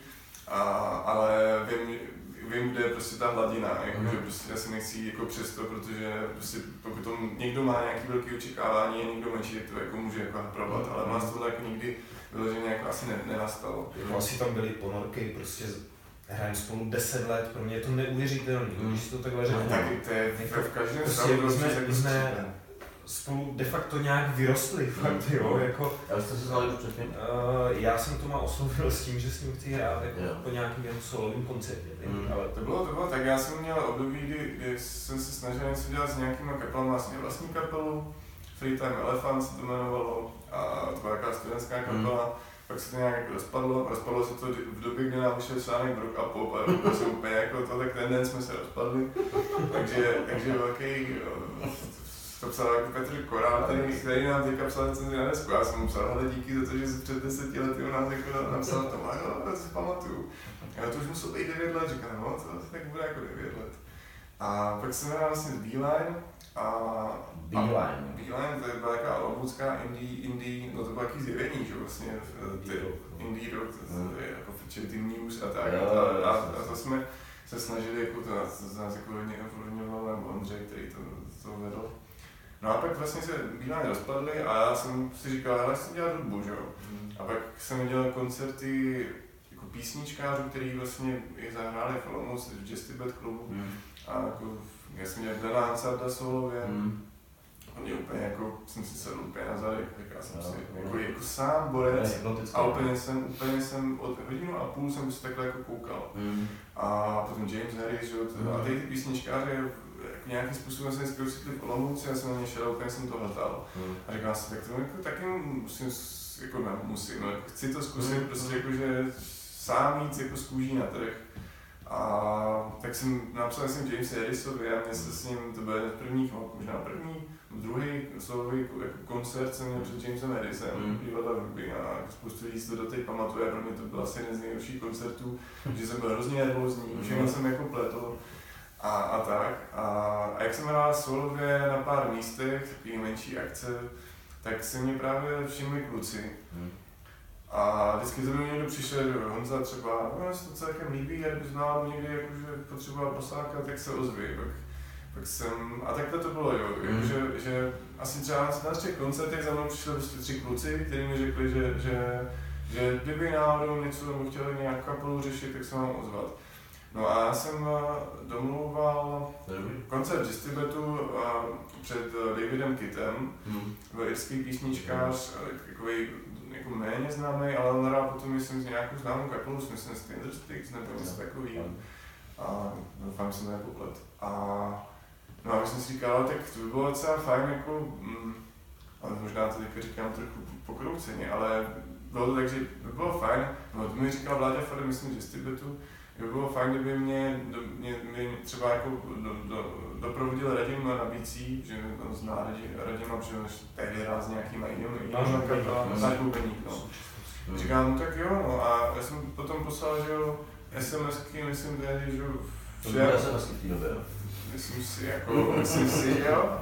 ale vím, kde je prostě ta hladina, jako, že prostě já si nechci jít jako přesto, protože prostě pokud to někdo má nějaký velký očekávání a někdo menší, to jako může jako napravovat, ale u nás tohle jako nikdy vyloženě jako asi nenastalo. Jako asi tam byly ponorky, prostě hrajeme spolu 10 let, pro mě je to neuvěřitelné, když si to takhle řeknu. Taky to je v každém my jsme spolu de facto nějak vyrostli, fakt jo, jako... Ale jste se znali předtím? Já jsem Toma oslovil s tím, že s ním chci hrát jako po nějakým jeho solovým koncertě, ale... To bylo tak, já jsem měl období, kdy jsem se snažil něco dělat s nějakýma kapelama, vlastně vlastní kapelu, Free Time Elephant se to jmenovalo, a to byla taková studentská kapela. Pak se to nějak jako rozpadlo se to v době, kdy nám vyšel článek Rock a Pop a to se úplně jako to, tak ten den jsme se rozpadli. takže velký, to psal jako Petr Korál, který nám teďka psal recenzi na desku. Já jsem mu psal, ale díky za to, že se před 10 lety u nás jako napsal to, a jo, já si pamatuju. A to už muselo být 9 let, říkám, no to tak bude jako 9 let. A pak jsem hrál vlastně Beeline. Beeline, to byla taková olomoucká indie, no to bylo takový zjevení, že vlastně indie rock, to je jako Futurity News a tak. A to jsme se snažili, jako to nás jako hodně ovlivňoval, nebo Ondřej, který to vedl. No a pak vlastně se Beeline rozpadli a já jsem si říkal, ale chci dělat hudbu, že jo. A pak jsem dělal koncerty jako písničkářů, který vlastně i zahráli v Olomouci v Jazz Tibet klubu. A jako já jsem měl Glena Hansarda solově, a mě úplně jako, jsem si sedl úplně na zadek, říkal jsem si, jako sám borec a úplně jsem od hodinu a půl jsem se takhle jako koukal. A potom James Harris, a tady ty písničkáři, jako nějakým způsobem jsem si ocitli v Olomouci, já jsem na ně šel, úplně jsem to hltal. A říkal jsem, tak to jako taky musím, no, chci to zkusit prostě jakože sám jít jako z kůží na trh. A tak jsem napsal James Harrisovi a mě se s ním, to byl jeden z prvních, možná druhý solový jako koncert jsem měl před Jamesem Harrisem, divadla v Rugby a spoustu lidí si to doteď pamatuje, pro mě to byl asi jeden z nejlepších koncertů, že jsem byl hrozně nervózní, všechno jsem jako pletl a tak. A jak jsem hrál solově na pár místech, takový menší akce, tak se mě právě všimli kluci. A vždycky to mi někdo přišel, Honza třeba, no se to celkem líbí, a kdyby znal někdy, jakože potřeboval basáka, tak se ozví. Pak jsem, a takhle to bylo, jo, že asi třeba na těch koncertech za mnou přišli prostě 3 kluci, kteří mi řekli, že kdyby náhodou něco nebo chtěli nějakou kapelu řešit, tak se mám ozvat. No a já jsem domlouval koncert z Tibetu před Davidem Kittem, byl irský písničkář, takový jako méně známý, ale on hrál potom, myslím, z nějakou známou kapelu, myslím, z Tindersticks nebo něco takového. A doufám, že jsem to nepoplet. No a jsem si říkal, tak to by bylo docela fajn, jako, ale možná to teďka říkám trochu pokrouceně, ale bylo to tak, že by bylo fajn, no to mi říkal Vláďa Fadr, myslím, že z Tibetu, by bylo fajn, kdyby mě třeba jako doprovodil Radim na bicí, že on zná Radima, protože tehdy hrál s nějakýma jinými náš bubeník, no. Říkám, no tak jo, no a já jsem potom poslal, že jo, SMSky, myslím tehdy, že jo, vše. SMSky v té době, jo? Myslím si, že jo,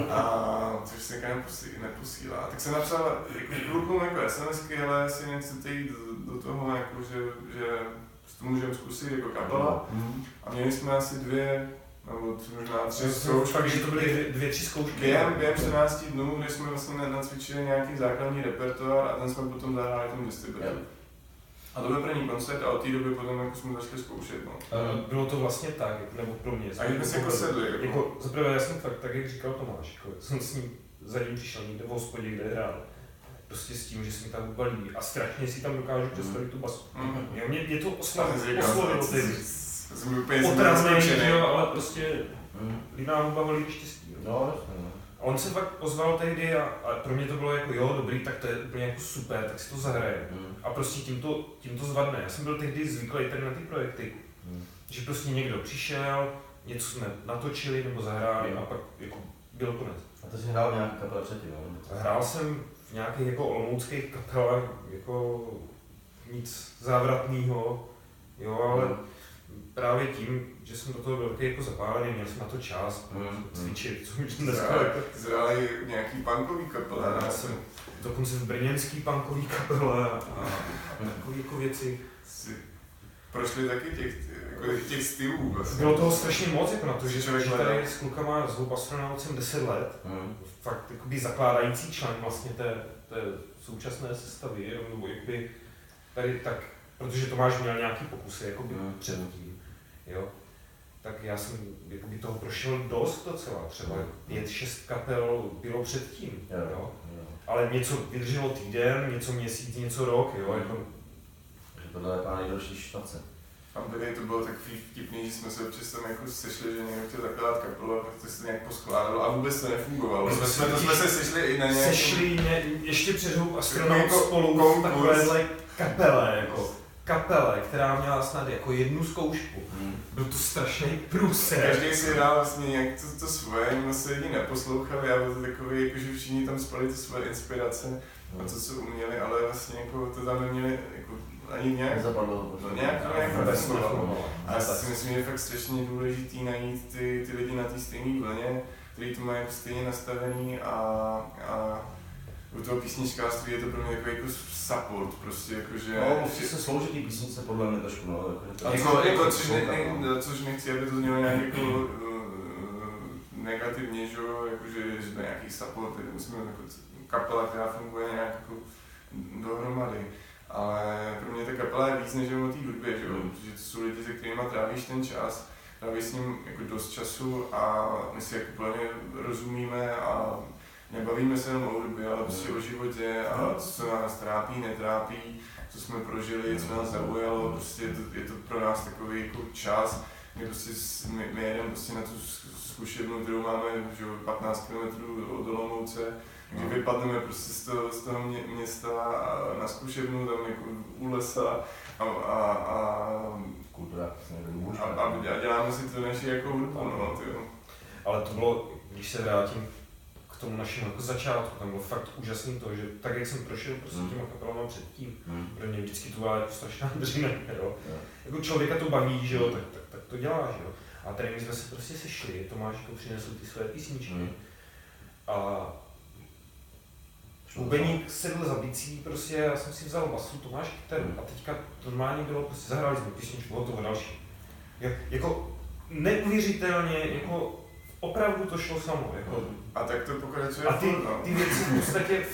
a což se neposílá. Tak jsem napsal jako klukům jako SMSky, ale jestli nechcete jít do toho, jako, že to můžeme zkusit jako kapela. A měli jsme asi 2 nebo možná 3 zkoušky. Fakt, že to byly 2-3 zkoušky. Během 14 dnů, kdy jsme vlastně nacvičili nějaký základní repertoár a ten jsme potom zahráli tomu distributoru. A to byl první koncert a od té doby potom jako jsme začali zkoušet. No. Bylo to vlastně tak, nebo pro mě. A jsme se jako sedli. Jako, zaprvé já jsem tak jak říkal Tomáš, jako, jsem s ním za ním přišel někde v hospodě, kde hrál. Prostě s tím, že se mi ta hudba líbí a strašně si tam dokážu představit tu basu. Mě to oslovilo tehdy. Otravnej, ale prostě líná hudba volí štěstí. A on se fakt ozval tehdy a pro mě to bylo jako jo, dobrý, tak to je úplně jako super, tak si to zahraje. A prostě tím to zvadne. Já jsem byl tehdy zvyklý tady na ty projekty, že prostě někdo přišel, něco jsme natočili nebo zahráli a pak jako byl konec. A ty jsi hrál v nějaké kapele předtím, jo? Hrál jsem v nějakých jako olomouckých kapelách, jako nic závratného, jo, ale právě tím, že jsem do toho byl taky jako zapálený, měl jsem na to čas cvičit, co už dneska jako... Zráli nějaký punkový kapele. Já jsem dokonce v brněnský punkový kapele a takové jako věci. Prošli taky těch stylů vlastně. Bylo toho strašně moc, jako na to, že tady s klukama s Astronautem 10 let, fakt jakoby zakládající člen vlastně té současné sestavy, nebo jakoby tady tak, protože Tomáš měl nějaký pokusy jakoby předtím, jo. Tak já jsem jakoby toho prošel dost docela, třeba 5-6 kapel bylo předtím, jo. Ale něco vydrželo týden, něco měsíc, něco rok, jo, jako. Takže tohle je pár nejdelší štace. A byli to bylo takový vtipný, že jsme se občas tam jako sešli, že někdo chtěl zakládat kapelu a pak to se nějak poskládalo a vůbec to nefungovalo. To jsme se sešli i na nějakém... Sešli ještě před Astronaut spolu v takovéhle kapele, která měla snad jako jednu zkoušku. Byl to strašný průser. Každý si hrál vlastně nějak to svoje, jenom se lidi neposlouchali a bylo to takový, jako, že všichni tam spali ty svoje inspirace a to, co uměli, ale vlastně jako to tam neměli jako ani nějak nezapadlo. Nějak nefungovalo. A já si myslím, že je fakt strašně důležitý najít ty lidi na té stejné vlně, kteří to mají jako stejně nastavený a u toho písničkářství je to pro mě takový jako support, prostě jakože... No, musí se sloužit ty písnice podle mě trošku, no. Což nechci, aby to znělo nějak jako negativně, že jo, jakože že to je nějaký support, musíme jako kapela, která funguje nějak jako dohromady. Ale pro mě ta kapela je víc než o té hudbě, že jo, protože to jsou lidi, se kterými trávíš ten čas, trávíš s ním jako dost času a my si jako plně rozumíme a nebavíme se jenom o hudbě, ale prostě o životě a co nás trápí, netrápí, co jsme prožili, co nás zaujalo, prostě je to pro nás takový jako čas, kdy prostě my jedeme prostě na tu zkušebnu, kterou máme že 15 km od Olomouce, kdy vypadneme prostě z toho města na zkušebnu, tam jako u lesa a děláme si to naši jako hudbu, no, tyjo. Ale to bylo, když se vrátím k tomu našemu jako začátku, tam bylo fakt úžasný to, že tak jak jsem prošel prostě těma kapelama předtím, pro mě vždycky to byla jako strašná dřina, jo. Jako člověka to baví, že jo, tak to děláš, jo. A tady my jsme se prostě sešli, Tomáš jako přinesl ty své písničky a Bubeník sedl za bicí, prostě já jsem si vzal basu, Tomáš kytaru a teďka normálně bylo, prostě zahráli jsme písničku, hotovo další. Jako neuvěřitelně, jako opravdu to šlo samo. Jako. A tak to pokračuje. A ty věci v podstatě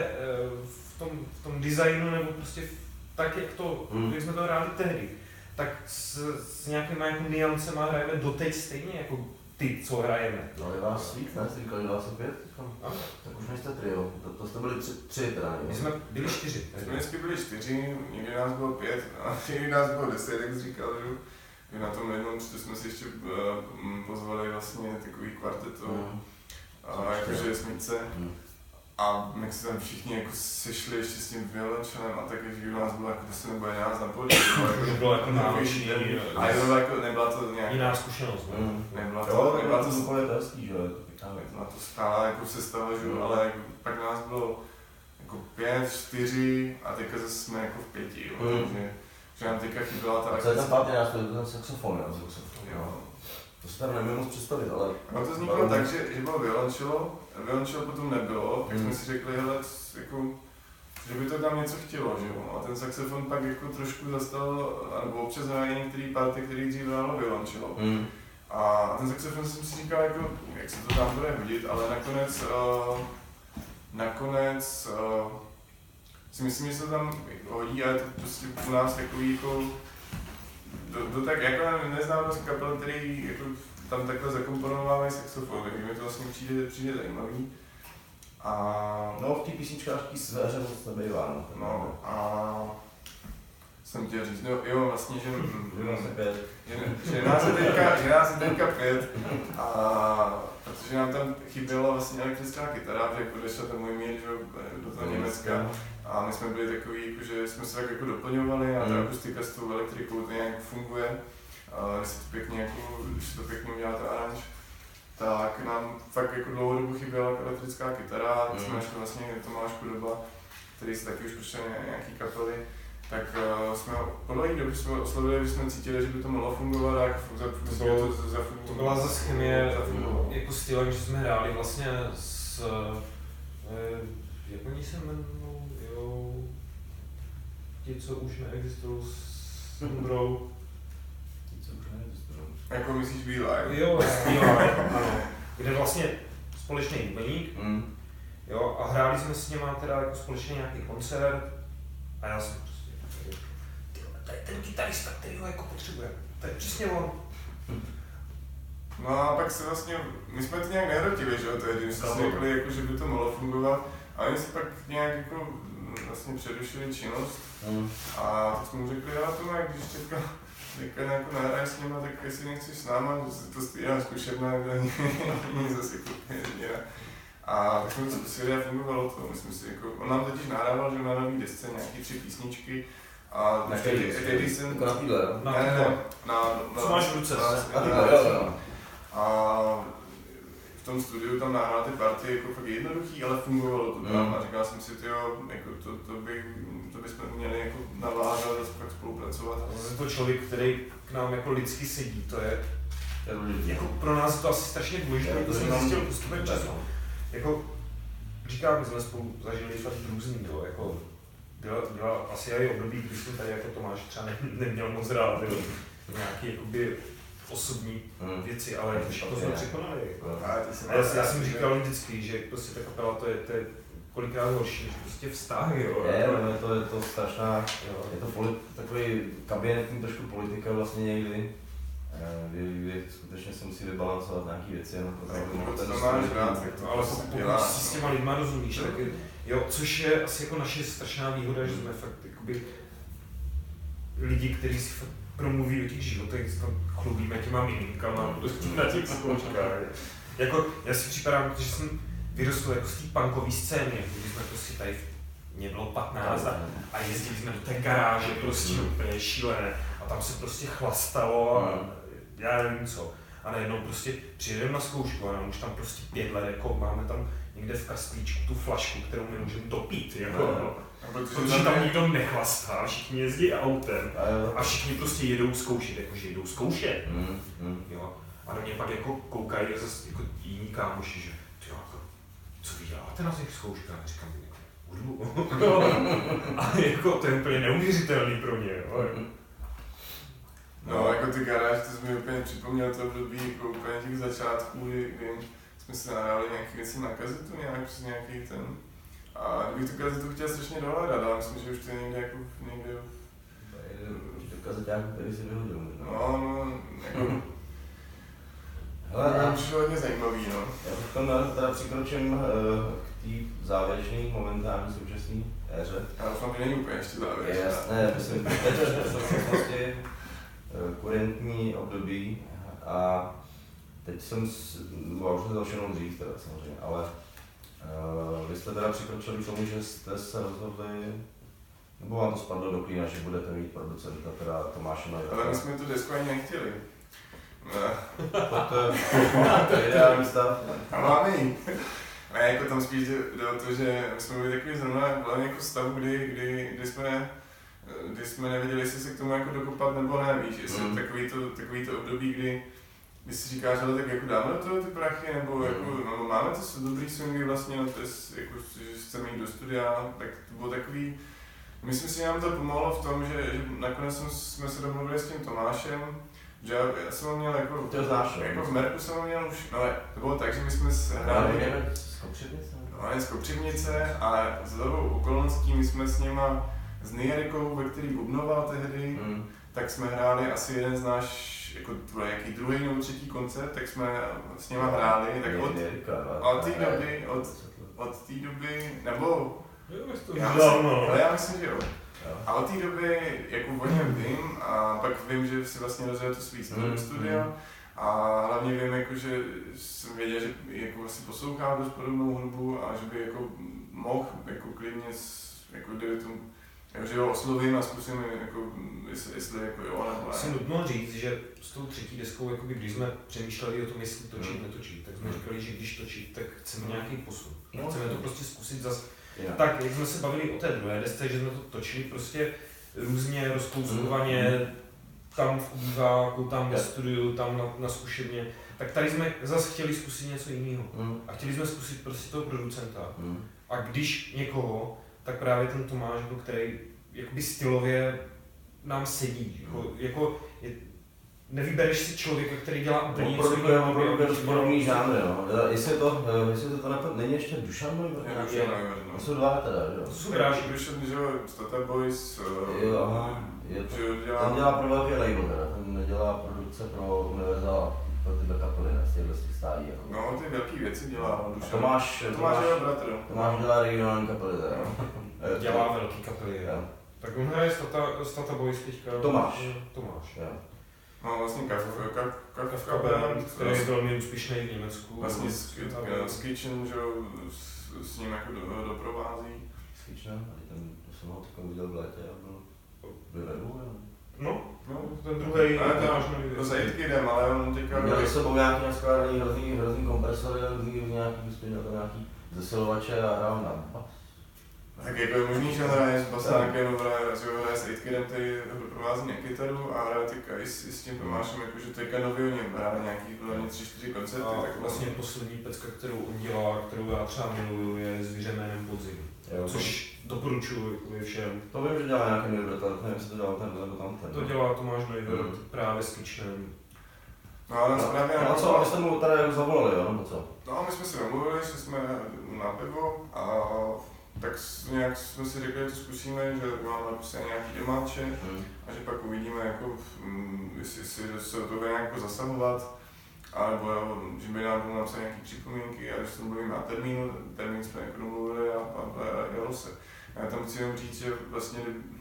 v tom designu nebo prostě tak, jak jsme to hráli tehdy, tak s nějakýma jako niancema hrajeme doteď stejně jako ty, co hrajeme. No je vás víc, ne? Jste říkali, vás opět? Tak už nejste trio, to jste byli tři teda, my jsme byli 4. My vždycky byli 4, někdy nás bylo 5 a někdy nás bylo 10, jak jsi říkal, že na tom jednom jsme si ještě pozvali vlastně takový kvarteto, jakože Smyčce. A my se tam všichni jako sešli ještě s tím violončelem a také, že u nás bylo jako 10 nebo 11 na poli. To bylo jako náročný. A jako, nebyla to nějak... Jiná zkušenost. Nebyla to úplně terský, že jo, to pěkná věc. Na to stála jako sestava, že jo, ale pak nás bylo jako 5, 4 a teďka zase jsme jako v 5, jo, že nám teďka chyběla ta... A co je ten pátý nástroj, to je ten saxofon, jo? To se tam nemůžu moc představit, ale... No to vzniklo tak, že bylo violončelo potom nebylo, tak jsme si řekli, hele, jako, že by to tam něco chtělo, že jo. A ten saxofon pak jako trošku zastal, nebo občas hrají některé party, který dřív hrálo violončelo. A ten saxofon jsem si říkal, jako, jak se to tam bude hodit, ale nakonec si myslím, že se tam hodí, ale to prostě u nás takový jako tak jako neznám dost kapel, který jako tam takhle zakomponovávají saxofon, takže mi to vlastně přijde zajímavý. A... No v té písničkářské sféře moc nebývá, no. No a... jsem chtěl říct, no jo vlastně, že nás je teďka 5 a protože nám tam chyběla vlastně elektrická kytara, že odešel ten můj mír do toho Německa a my jsme byli takový, jako, že jsme se tak jako doplňovali a ta akustika s tou elektrikou to nějak funguje, když se to pěkně udělá ten aranž, tak nám fakt jako dlouhou dobu chyběla elektrická kytara a tak jsme našli vlastně Tomáš Chudoba, který se taky už přišel nějaký kapely. Tak jsme po dlouhé době jsme oslovili, že jsme cítili, že by to mohlo fungovat a to byla zase chemie jako stylem, že jsme hráli vlastně s... jak oni se jmenují, ti, co už neexistují s Umbrou. Ti, co už neexistují. Jako myslíš Beeline? Jo, Beeline, ano. Kde vlastně společný bubeník, jo, a hráli jsme s něma teda jako společně nějaký koncert a já jsem to je ten kytarista, kterýho jako potřebujeme. To je přesně on. No a pak se vlastně, my jsme to nějak nehrotili, že jo, tehdy, my jsme si řekli, jako, že by to mohlo fungovat. A oni si pak nějak jako vlastně přerušili činnost. A tak jsme mu řekli, já to jak když teďka jako nahraješ s nima, tak jestli nechceš s náma, že si to stýlá zkušebná, není zase jako a tak jsme to zkusili a fungovalo to. Myslím si, jako, on nám totiž nahrával, že na nový desce nějaký 3 písničky. A tehdy jsem... Jako na týdle, jo? Co máš v ruce? A v tom studiu tam nahrál ty party jako fakt jednoduchý, ale fungovalo to tam a říkal jsem si, tyjo, jako to bychom měli jako navázat a fakt spolupracovat. Je to člověk, který k nám jako lidsky sedí, to je jako pro nás je to asi strašně důležité, to jsem zjistil postupem času. Jako říkám, my jsme spolu zažili fakt různý, jo, jako byla asi i období, když jsem tady jako Tomáš třeba neměl moc rád, jo, nějaký jakoby osobní věci, ale to jsme překonali. Já jsem říkal vždycky, že prostě ta kapela to je kolikrát horší než prostě vztahy, jo. Je to strašná, je to takový kabinetní trošku politika vlastně někdy. Kdy skutečně se musí vybalancovat nějaké věci. Ale pokud si s těma lidma rozumíš, tak jo, což je asi jako naše strašná výhoda, že jsme fakt jakoby lidi, kteří si fakt promluví o těch životech, se tam chlubíme těma miminkama na těch zkouškách. Jako, já si připadám, že jsem vyrostl jako z té punkové scény, jako když jsme prostě tady mě bylo 15 a jezdili jsme do té garáže prostě úplně šílené a tam se prostě chlastalo a já nevím co. A najednou prostě přijedeme na zkoušku a už tam prostě 5 let, jako máme tam někde v kastlíčku tu flašku, kterou my můžeme dopít, jako, protože tam nikdo nechlastá, všichni jezdí autem a všichni prostě jedou zkoušet, jakože jedou zkoušet. Jo. A na mě pak jako koukají zase jako jiní kámoši, že tyjo, jako, co vy děláte na těch zkouškách? Říkám, hudbu. A jako to je úplně neuvěřitelný pro ně, jo. No, jako ty garáž, to jsi mi úplně připomněl to období jako úplně těch začátků, kdy jsme se nahráli nějaké věci na kazetu nějak přes nějaký ten. A kdybych tu kazetu chtěl strašně dohledat, ale myslím, že už to je někde jako někde. To kazeťák, který si vyhodil. No, jako. Hele, přišlo hodně zajímavý, no. Já teď teda přikročím k té závěrečné, momentální současné éře. Já doufám, že není úplně ještě závěrečná. Je jasné, myslím, že teď v současnosti kurentní období a teď jsem, už to začal dřív teda samozřejmě, ale vy jste teda přikročili k tomu, že jste se rozhodli, nebo vám to spadlo do klína, že budete mít producenta, teda Tomáše Neuvera. Ale my jsme tu desku ani nechtěli. To je ideální stav. A máme ji. A jako tam spíš jde o to, že my jsme byli takový zrovna hlavně jako stavu, kdy jsme nevěděli, jestli se k tomu jako dokopat nebo ne, víš, jestli takový to období, kdy si říkáš, ale tak jako dáme do toho ty prachy, nebo jako, no, máme to dobrý swingy vlastně, no, to je, jako, že chceme jít do studia, tak to bylo takový, myslím si, že nám to pomohlo v tom, že nakonec jsme se domluvili s tím Tomášem, že já jsem ho měl jako, to znáš, jako v Merku jsem ho měl už, no to bylo tak, že my jsme hráli z Kopřivnice a z dobou okolností my jsme s něma, s Nejarikou, ve který bubnoval tehdy, tak jsme hráli asi jeden z náš, jako jaký druhý nebo třetí koncert, tak jsme s něma hráli, tak od té doby, nebo já myslím, že jo. A od té doby, jako o něm vím, a pak vím, že si vlastně rozjel to svý studio a hlavně vím, jako, že jsem věděl, že jako asi poslouchá dost podobnou hudbu a že by jako mohl jako klidně, jako kdyby to, že ho oslovím a zkusím, jako, jestli jako jo nebo ne. Jsem nutno říct, že s tou třetí deskou, jakoby, když jsme přemýšleli o tom, jestli točit, netočit, tak jsme říkali, že když točit, tak chceme nějaký posun. Chceme to prostě zkusit zase. Tak, jak jsme se bavili o té druhé desce, že jsme to točili prostě různě rozkouskovaně, tam v obýváku, tam ve studiu, tam na zkušebně, tak tady jsme zase chtěli zkusit něco jiného. A chtěli jsme zkusit prostě toho producenta. A když někoho, tak právě ten Tomáš, který jakoby stylově nám sedí. Jako nevybereš si člověka, který dělá úplně něco jiného. Produkuje podobný žánry, no. Jestli to není ještě Dušan Neuvera? To jsou dva teda, jo. To jsou bráši. Dušan, že jo, Tata Boys, ten dělá pro velký label teda, ten nedělá produkce pro Universal, pro ty backupy, ne, z těch stádí. No, ty velký věci dělá Dušan. Tomáš dělá regionální kapely teda, dělá velký kapely, jo. Tak on hraje s Tata Boys teďka. Tomáš. Jo. No vlastně Kafka Band, který je velmi úspěšný v Německu. Vlastně s Kitchen, že s ním jako doprovází. S Kitchen, a ten jsem ho takový viděl v létě a byl Revu, jo? No, ten druhý to za Jitky jdem, ale on teďka... Měli s sebou nějaký naskládaný hrozný kompresory, nějaký zesilovače a hrál na bas. Tak jako je možný, že hraje s basákem, hraje s 8-kidem, který doprovází na kytaru a hraje teďka i s tím Tomášem, jakože teďka nově o něm hraje nějaký 3-4 koncerty. A tak vlastně poslední pecka, kterou on dělá, kterou já třeba miluju, je Zvíře jménem Podzim. Což doporučuji všem. To vím, že dělá nějaký Neuber, nevím, jestli to dělal ten nebo tamten. To dělá Tomáš Neuber právě s Kitchenem. No ale správně... A co, abyste mu tady zavolali, jo, nebo co? No, my jsme si domluvili, že jsme na pivo a tak nějak jsme si řekli, že to zkusíme, že máme napsané nějaký demáče a že pak uvidíme, jako, jestli se do toho bude nějak zasahovat, alebo že by nám bylo napsat nějaké připomínky a že se mluvíme na termín jsme jako domluvili a jelo se. Já tam chci jenom říct, že vlastně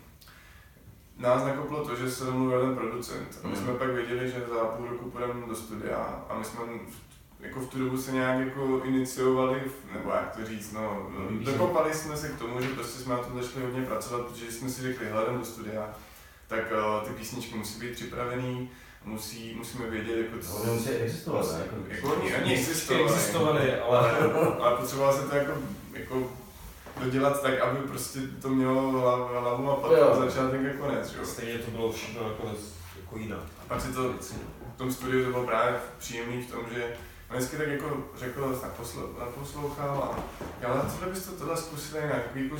nás nakoplo to, že se domluvil ten producent a my jsme pak věděli, že za půl roku půjdeme do studia a my jsme jako v tu dobu se nějak jako iniciovali, nebo jak to říct, no, dokopali jsme se k tomu, že prostě jsme na tom začali hodně pracovat, protože jsme si řekli, hledem do studia, tak ty písničky musí být připravený, musíme vědět, jako co... Oni musí existovat, ne? Jako oni existovali, ale potřebovalo se to jako dodělat tak, aby prostě to mělo hlavu a patu začátek a konec, jo. Stejně to bylo všechno jako jinak. A pak si to v tom studiu to bylo právě příjemný v tom, že On vždycky tak jako řekl, naposlouchal a ale co byste tohle zkusili jinak, jako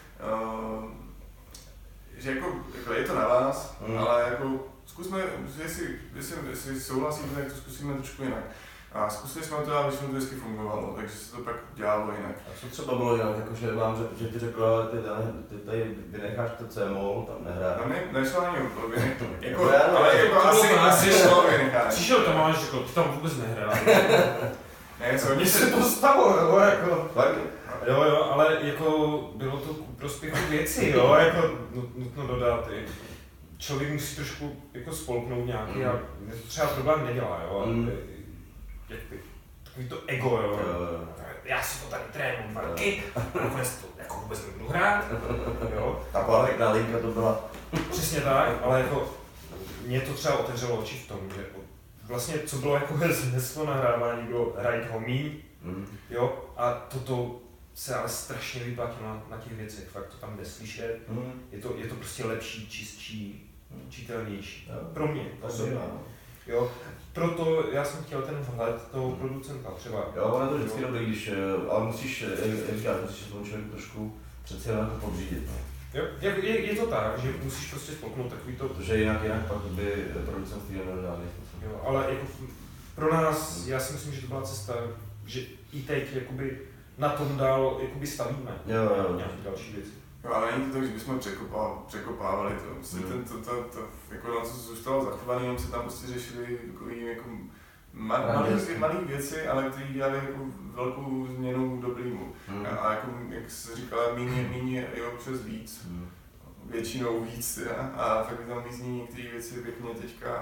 že jako je to na vás, ale jako zkusme, jestli souhlasíte, tak to zkusíme trošku jinak. A zkusili jsme to a většinou to vždycky fungovalo, takže se to pak dělalo jinak. A co třeba bylo jinak, jakože že ti řekl, ale ty tady vynecháš to C-moll, tam nehrát. No nešlo ani o vynechání, ale jako asi šlo vynechání. Přišel tam a řekl, ty tam vůbec nehrál. Ne, co mně se to stalo, jo, jako. Fakt? Jo, ale jako bylo to ku prospěchu věci, jo, jako nutno dodat. Člověk musí trošku jako spolknout nějaký a to třeba problém nedělá, jo. Takový to ego, jo. Já si to tady trénuju 2 roky, nakonec to jako vůbec nebudu hrát, jo. Taková pěkná linka to byla. Přesně tak, ale jako mě to třeba otevřelo oči v tom, že vlastně co bylo jako heslo nahrávání, bylo hraj toho míň, jo, a toto se ale strašně vyplatilo na těch věcech, fakt to tam jde slyšet, je to prostě lepší, čistší, čitelnější, pro mě, jo. Proto já jsem chtěl ten vhled toho producenta třeba. Jo, ono je to vždycky dobrý, když, ale musíš tomu člověku trošku přeci jenom to podřídit. Jo, je to tak, že musíš prostě spolknout takový to. Protože jinak pak by producentství neměl žádný smysl. Jo, ale jako pro nás, já si myslím, že to byla cesta, že i teď jakoby na tom dál jakoby stavíme nějaké další věci. Jo, ale není to tak, že bychom překopávali to. Jako na co zůstalo zachované, jenom se tam prostě řešili takový jako malé věci, ale které dělali jako velkou změnu dobrýmu. A jako, jak se říkala, míně je občas víc. Většinou víc, a fakt tam vyzní některé věci pěkně teďka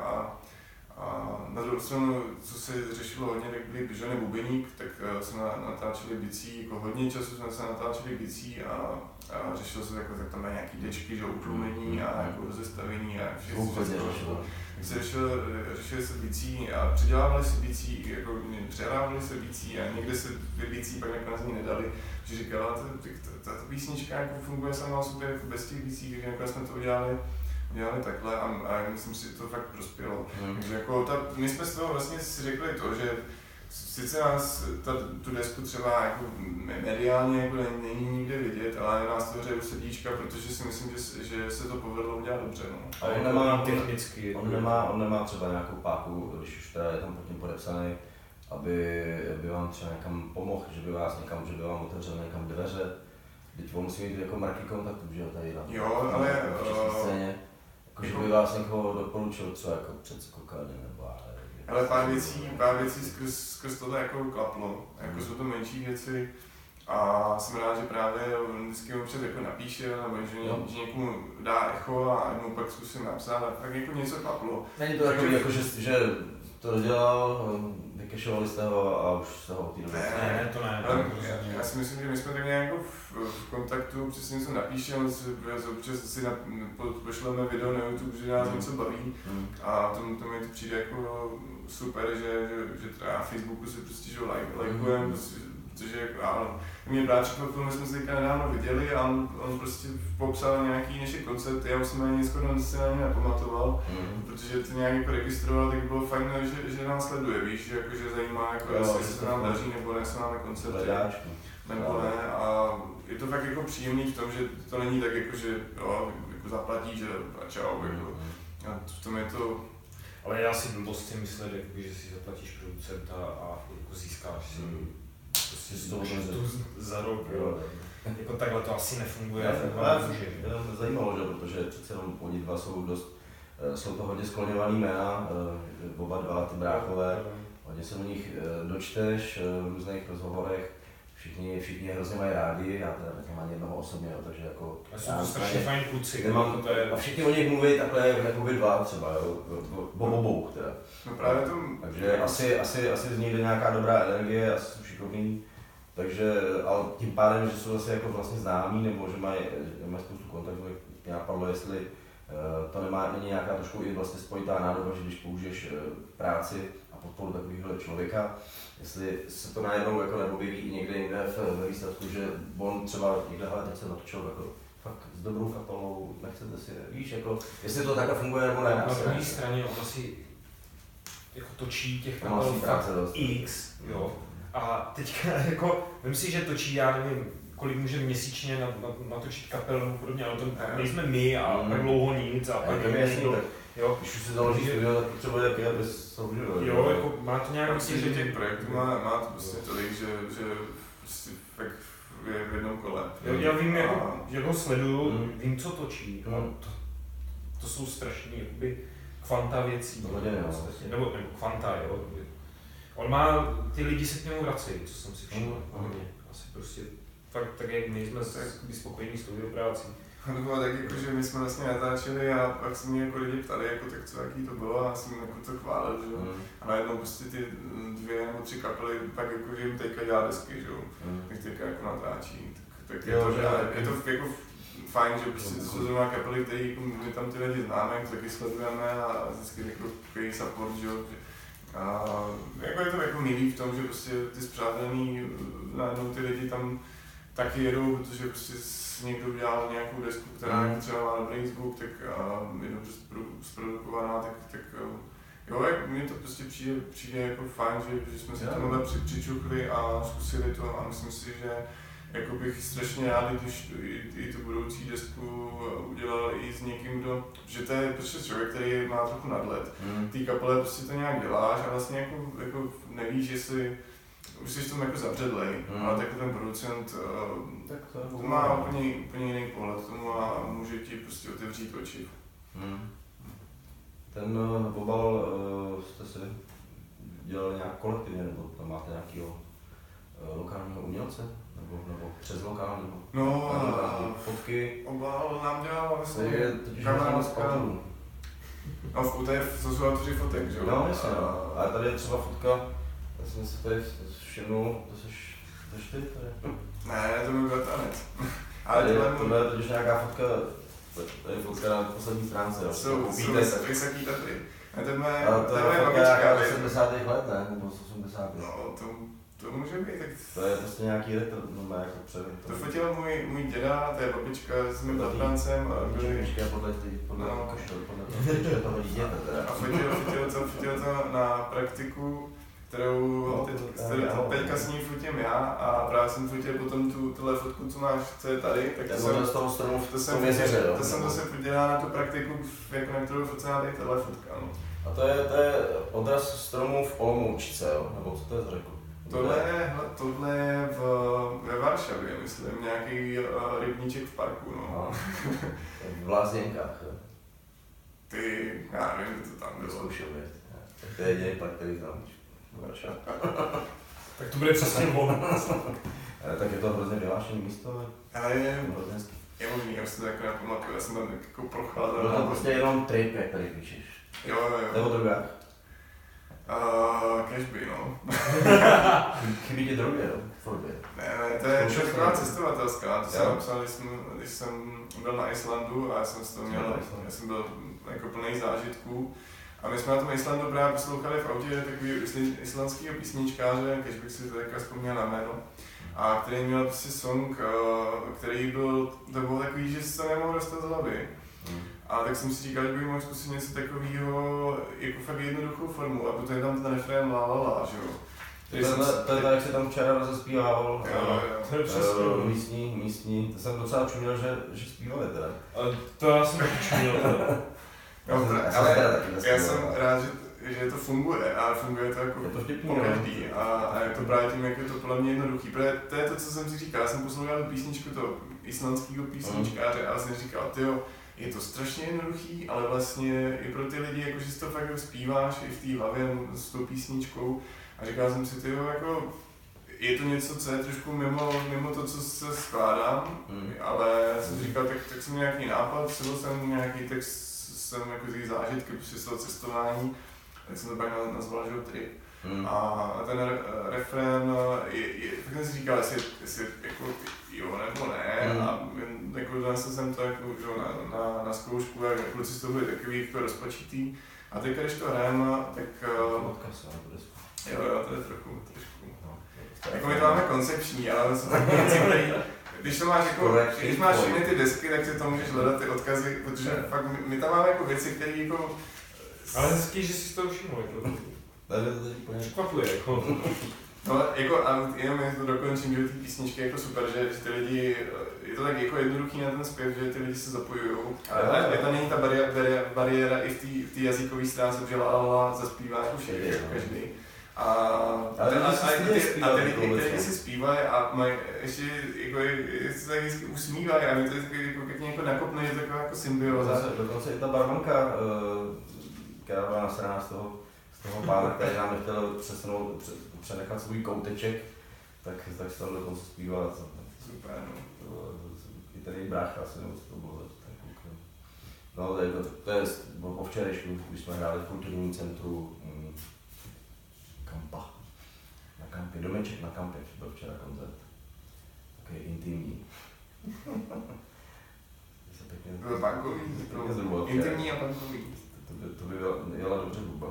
a na druhou stranu, co se řešilo hodně, tak byly Bižony Bubeník, tak se natáčeli bicí, jako hodně času jsme se natáčeli bicí a řešilo se jako, tak tam nějaký dečky, že utlumení a jako rozestavení a všechno. Řešili se bicí a předělávali se bicí, jako přehrávali se bicí a někde se ty bicí pak nakonec ní nedali, že říkala, ta písnička jako funguje sama o sobě jako bez těch bicí, takže nakonec jsme to udělali takhle a myslím si, že to fakt prospělo. Takže jako my jsme z toho vlastně si řekli to, že sice nás tu desku třeba jako mediálně jako není nikde vidět, ale nás to hřeje u srdíčka, protože si myslím, že se to povedlo udělat dobře. No. A on nemá technicky. On nemá třeba nějakou páku, když už teda je tam pod tím podepsaný, aby vám třeba někam pomohl, že by vám otevřel někam dveře. Teď on musí mít jako Marky kontakt, že tady na scéně. Jakože by vás někoho doporučil třeba jako před skokáním nebo ale pár věcí skrz tohle jako klaplo, jako jsou to menší věci a jsem rád, že právě vždycky občas jako napíše, nebo že někomu dá echo a mu pak zkusím napsat a tak jako něco klaplo. Není to takový jako, že to dodělal, vykešovali jste ho a už se ho od té doby. Ne, to ne. Já si myslím, že my jsme tak nějak v kontaktu, přesně něco napíšeme, občas si pošleme video na YouTube, že nás něco baví a to mi to přijde jako super, že třeba na Facebooku si prostě lajkujeme, protože mě bráč my jsme se teďka nedávno viděli a on prostě popsal nějaký naše koncerty, já už jsem ani skoro si na ně nepamatoval, protože to nějak jako registroval, tak bylo fajn, že nás sleduje, víš, že zajímá, jako jestli se nám daří nebo ne, se máme koncerty, nebo ne a je to fakt jako příjemný v tom, že to není tak jako, že jo, jako zaplatíš a čau, jako, a v tom je to. Ale já si blbost si myslet, že si zaplatíš producenta a jako získáš si prostě z toho za rok, jo. Jako takhle to asi nefunguje. Zajímalo, že? Protože přece jenom oni dva jsou to hodně skloňovaný jména, oba dva ty bráchové, hodně se o nich dočteš v různých rozhovorech, všichni hrozně mají rádi, já teda nemám ani jednoho osobně, takže jako... A jsou to strašně fajn kluci. A všichni o nich mluví takhle jako vy dva třeba, jo, obou teda. No právě to... Takže asi z nich jde nějaká dobrá energie, asi jsou šikovní. Takže, ale tím pádem, že jsou zase jako vlastně známí, nebo že mají spoustu kontaktů, mě napadlo, jestli to není nějaká trošku i vlastně spojitá nádoba, že když použiješ práci a podporu takového člověka, jestli se to najednou jako neobjeví i někde jinde ve výsledku, že on třeba někde, hele, teď se natočil jako fakt s dobrou kapelou, nechcete si, víš, jako, jestli to takhle funguje nebo ne. Na druhé straně on asi jako točí těch kapel X, jo. A teďka jako, vím si, že točí, já nevím, kolik může měsíčně natočit kapelu podobně, ale to nejsme my a tak dlouho nic a pak jo, když už si založí studio, tak potřebuje taky, aby se uživil. Jo, jako má to nějak myslím, že těch projektů má to prostě tolik, že prostě tak je v jednom kole. Jo, já vím, jak ho sleduju, vím, co točí. To jsou strašný jakoby kvanta věcí. Nebo kvanta, jo. On má, ty lidi se k němu vracejí, co jsem si všiml. Asi prostě tak jak my jsme spokojení s tou práci. To bylo tak, jako, že my jsme vlastně natáčeli a pak se mě jako lidi ptali, jako, tak co, jaký to bylo a já jsem jako to chválil, že? A najednou prostě ty 2 nebo 3 kapely pak jako, že jim teďka dělá desky, že? Tak teďka jako natáčí, tak je to jako fajn, že prostě to jsou zrovna kapely, které jako, my tam ty lidi známe, taky sledujeme a vždycky jako takový support, že? A jako je to jako milý v tom, že prostě ty spřátelený najednou ty lidi tam taky jedou, protože prostě někdo udělal nějakou desku, která třeba má dobrý zvuk, tak je dobře zprodukovaná, tak jo, mně to prostě přijde jako fajn, že jsme si tohle přičuchli a zkusili to a myslím si, že jako bych strašně rád, když i tu budoucí desku udělal i s někým, že to je prostě člověk, který má trochu nadhled. Té kapele prostě to nějak děláš a vlastně jako nevíš, jestli už jsi v tom jako zabředlej, ale tak ten producent tak to má úplně jiný pohled k tomu a může ti prostě otevřít oči. Ten obal jste si dělali nějak kolektivně, nebo tam máte nějakého lokálního umělce? Nebo přes lokálního? No, fotky? Obal nám dělal vlastně kamarádka. No, to jsou autoři fotek, že jo? No, jasně, ale tady je třeba fotka, já jsem si tady všimnul, to jsi ty tady? Ne, to byl bratranec. Ale tohle je totiž nějaká fotka, to je fotka na poslední stránce, jo? Jsou vysoký Tatry. To je fotka nějaká 70. let, ne? Nebo 80. No, to může být, tak... To je prostě nějaký retro, no jako před. To fotil můj děda, to je babička s mým bratrancem a byli... podle toho dítěte teda. A fotil to na praktiku, kterou teďka s ní fotím já a právě jsem fotil potom tuhle fotku, co máš, co je tady, tak to jsem zase fotil na tu praktiku, jako na kterou focená tady tahle fotka, no. A to je odraz stromů v Olomoučce, jo? Nebo co to je za řeku? Tohle je ve Varšavě, myslím, nějaký rybníček v parku, no. V Lázněnkách, jo? Ty, já nevím, co tam bylo. Zkoušel být. Tak to je jediný park, který znám. Varšava. Tak to bude přesně ono. Tak je to hrozně vyhlášené místo, ale je možný, já si to jako nepamatuju, já jsem tam jako procházel. Bylo to prostě jenom trip, jak tady píšeš. Jo. To je o drogách? Cashby, no. Chybí ti drogy, jo? Forbě. Ne, to je taková cestovatelská, to jsem napsal, když jsem byl na Islandu a já jsem byl jako plný zážitků. A my jsme na tom Islandu právě poslouchali v autě takového islandského písničkáře, když bych si to teďka vzpomněl na jméno, a který měl prostě song, který byl takový, že se to nemohl dostat z hlavy. A tak jsem si říkal, že bych mohl zkusit něco takového, jako fakt jednoduchou formu, a protože je tam ten refrén la la la, že jo. To je tak, jak se tam včera rozespívával, místní, to jsem docela čuměl, že zpívali teda. To já jsem taky čuměl. Já jsem rád, že to funguje, ale funguje to jako po každý a je to právě tím, jak je to podle mě jednoduchý, protože to je to, co jsem si říkal, já jsem poslouchal písničku toho islandského písničkáře a jsem říkal, tyjo, je to strašně jednoduchý, ale vlastně i pro ty lidi, jako, že si to fakt zpíváš i v té hlavě s tou písničkou a říkal jsem si, tyjo, jako, je to něco, co je trošku mimo to, co se skládám, ale jsem říkal, tak jsem nějaký nápad, psal jsem nějaký text, jsem jako ty zážitky prostě z toho cestování, tak jsem to pak nazval, že trip. A ten refrén, tak jsem si říkal, jestli jako jo nebo ne, a jako donesl jsem to jako, na zkoušku, a kluci z toho byli takový jako rozpačitý. A teďka, když to hrajeme, tak... Jo, to je trošku. Jako my to máme koncepční, ale jsou takové věci, které... Když máš všechny ty desky, tak si to můžeš hledat ty odkazy, protože fakt my tam máme jako věci, které jako... Ale hezký, že jsi to všiml, jako. Překvapuje, jako. No, jako, a jenom to dokončím, že ty písničky je jako super, že ty lidi, je to tak jako jednoduchý na ten zpěv, že ty lidi se zapojují. Ale je to není ta bariéra i v té jazykové stránce, že la zaspívá jako každý. A ty lidi si zpívají a mají ještě jako, se tak vždycky usmívají a mi to jako pěkně jako nakopne, že taková jako symbioza. Dokonce i ta barmanka, která byla nasraná z toho pána, který nám nechtěl přenechat svůj kouteček, tak se tam dokonce zpívala. Super, no. I tady brácha asi, nebo co to bylo. No, to je po včerejšku, když jsme hráli v kulturním centru Kampa. Na Kampě, domeček na Kampě, byl včera koncert. Takový intimní. Byl bankový, intimní a bankový. To by jela dobře hudba.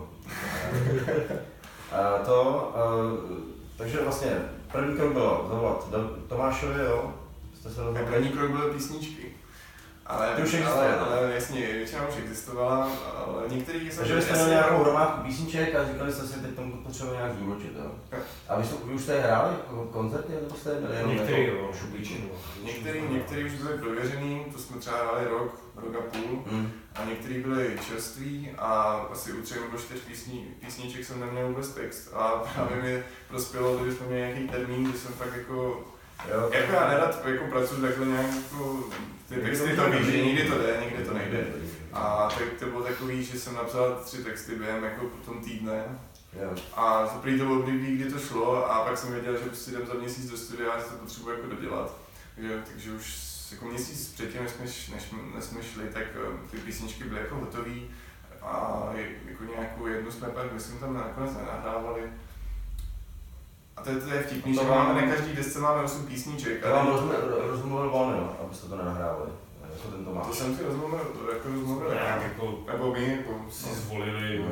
Takže vlastně první krok bylo zavolat Tomášovi, jo? Jste se rozhodli? První krok byly písničky. Ale jasně, většina už existovala, ale některý jsou... Takže vy jste měli nějakou hromádku písniček a říkali jste si, teď tomu potřebujeme nějak zúročit, jo? A vy už jste hráli koncerty, nebo jste měli jenom některý, jako jo, šuplíčinu. Některý už byly prověřený, to jsme třeba hráli rok a půl, a některý byly čerství a asi u 3 nebo 4 písniček jsem neměl vůbec text a právě mi prospělo, že jsme měli nějaký termín, že jsem fakt jako... Jo, jako já nerad jako pracuji takhle nějak jako, ty texty to víš, že někdy to jde, někdy to nejde. A tak to bylo takový, že jsem napsal 3 texty během jako po tom týdne. A to prý to bylo období, kdy to šlo a pak jsem věděl, že prostě jdem za měsíc do studia a že to potřebuji jako dodělat. Takže už jako měsíc předtím, než jsme šli, tak ty písničky byly jako hotový a jako nějakou jednu jsme pak, myslím, tam nakonec nenahrávali. A to je vtipný, že máme na každý desce máme 8 písniček. To vám rozmluvil on, jo, abyste to nenahrávali. Jako ten Tomáš. To jsem si rozmluvil jako, nebo my jako si zvolili.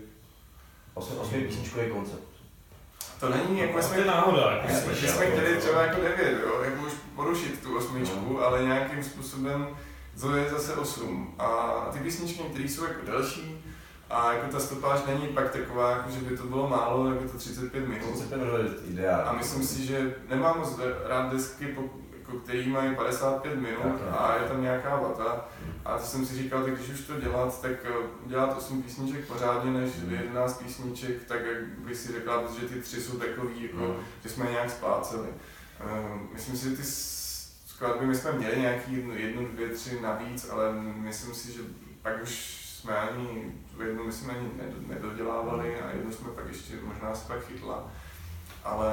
8 písničkový koncept. To není jako jsme náhoda. Že jsme chtěli třeba jako 9, jo, jako už porušit tu 8, ale nějakým způsobem to je zase 8. A ty písničky, které jsou jako delší, a jako ta stopáž není pak taková, jako že by to bylo málo, jako to 35 minut. 35 minut je ideál. A myslím si, že nemám moc rád desky, jako, který mají 55 minut a je tam nějaká vata. A to jsem si říkal, tak když už to dělat, tak dělat 8 písniček pořádně než 11 písniček, tak jak bych si řekla, protože ty 3 jsou takový, jako, že jsme nějak spláceli. Myslím si, že ty skladby my jsme měli nějaký 1, 2, 3 navíc, ale myslím si, že pak už jsme ani jednu myslím ani nedodělávali a jednu jsme pak ještě možná se pak chytla. Ale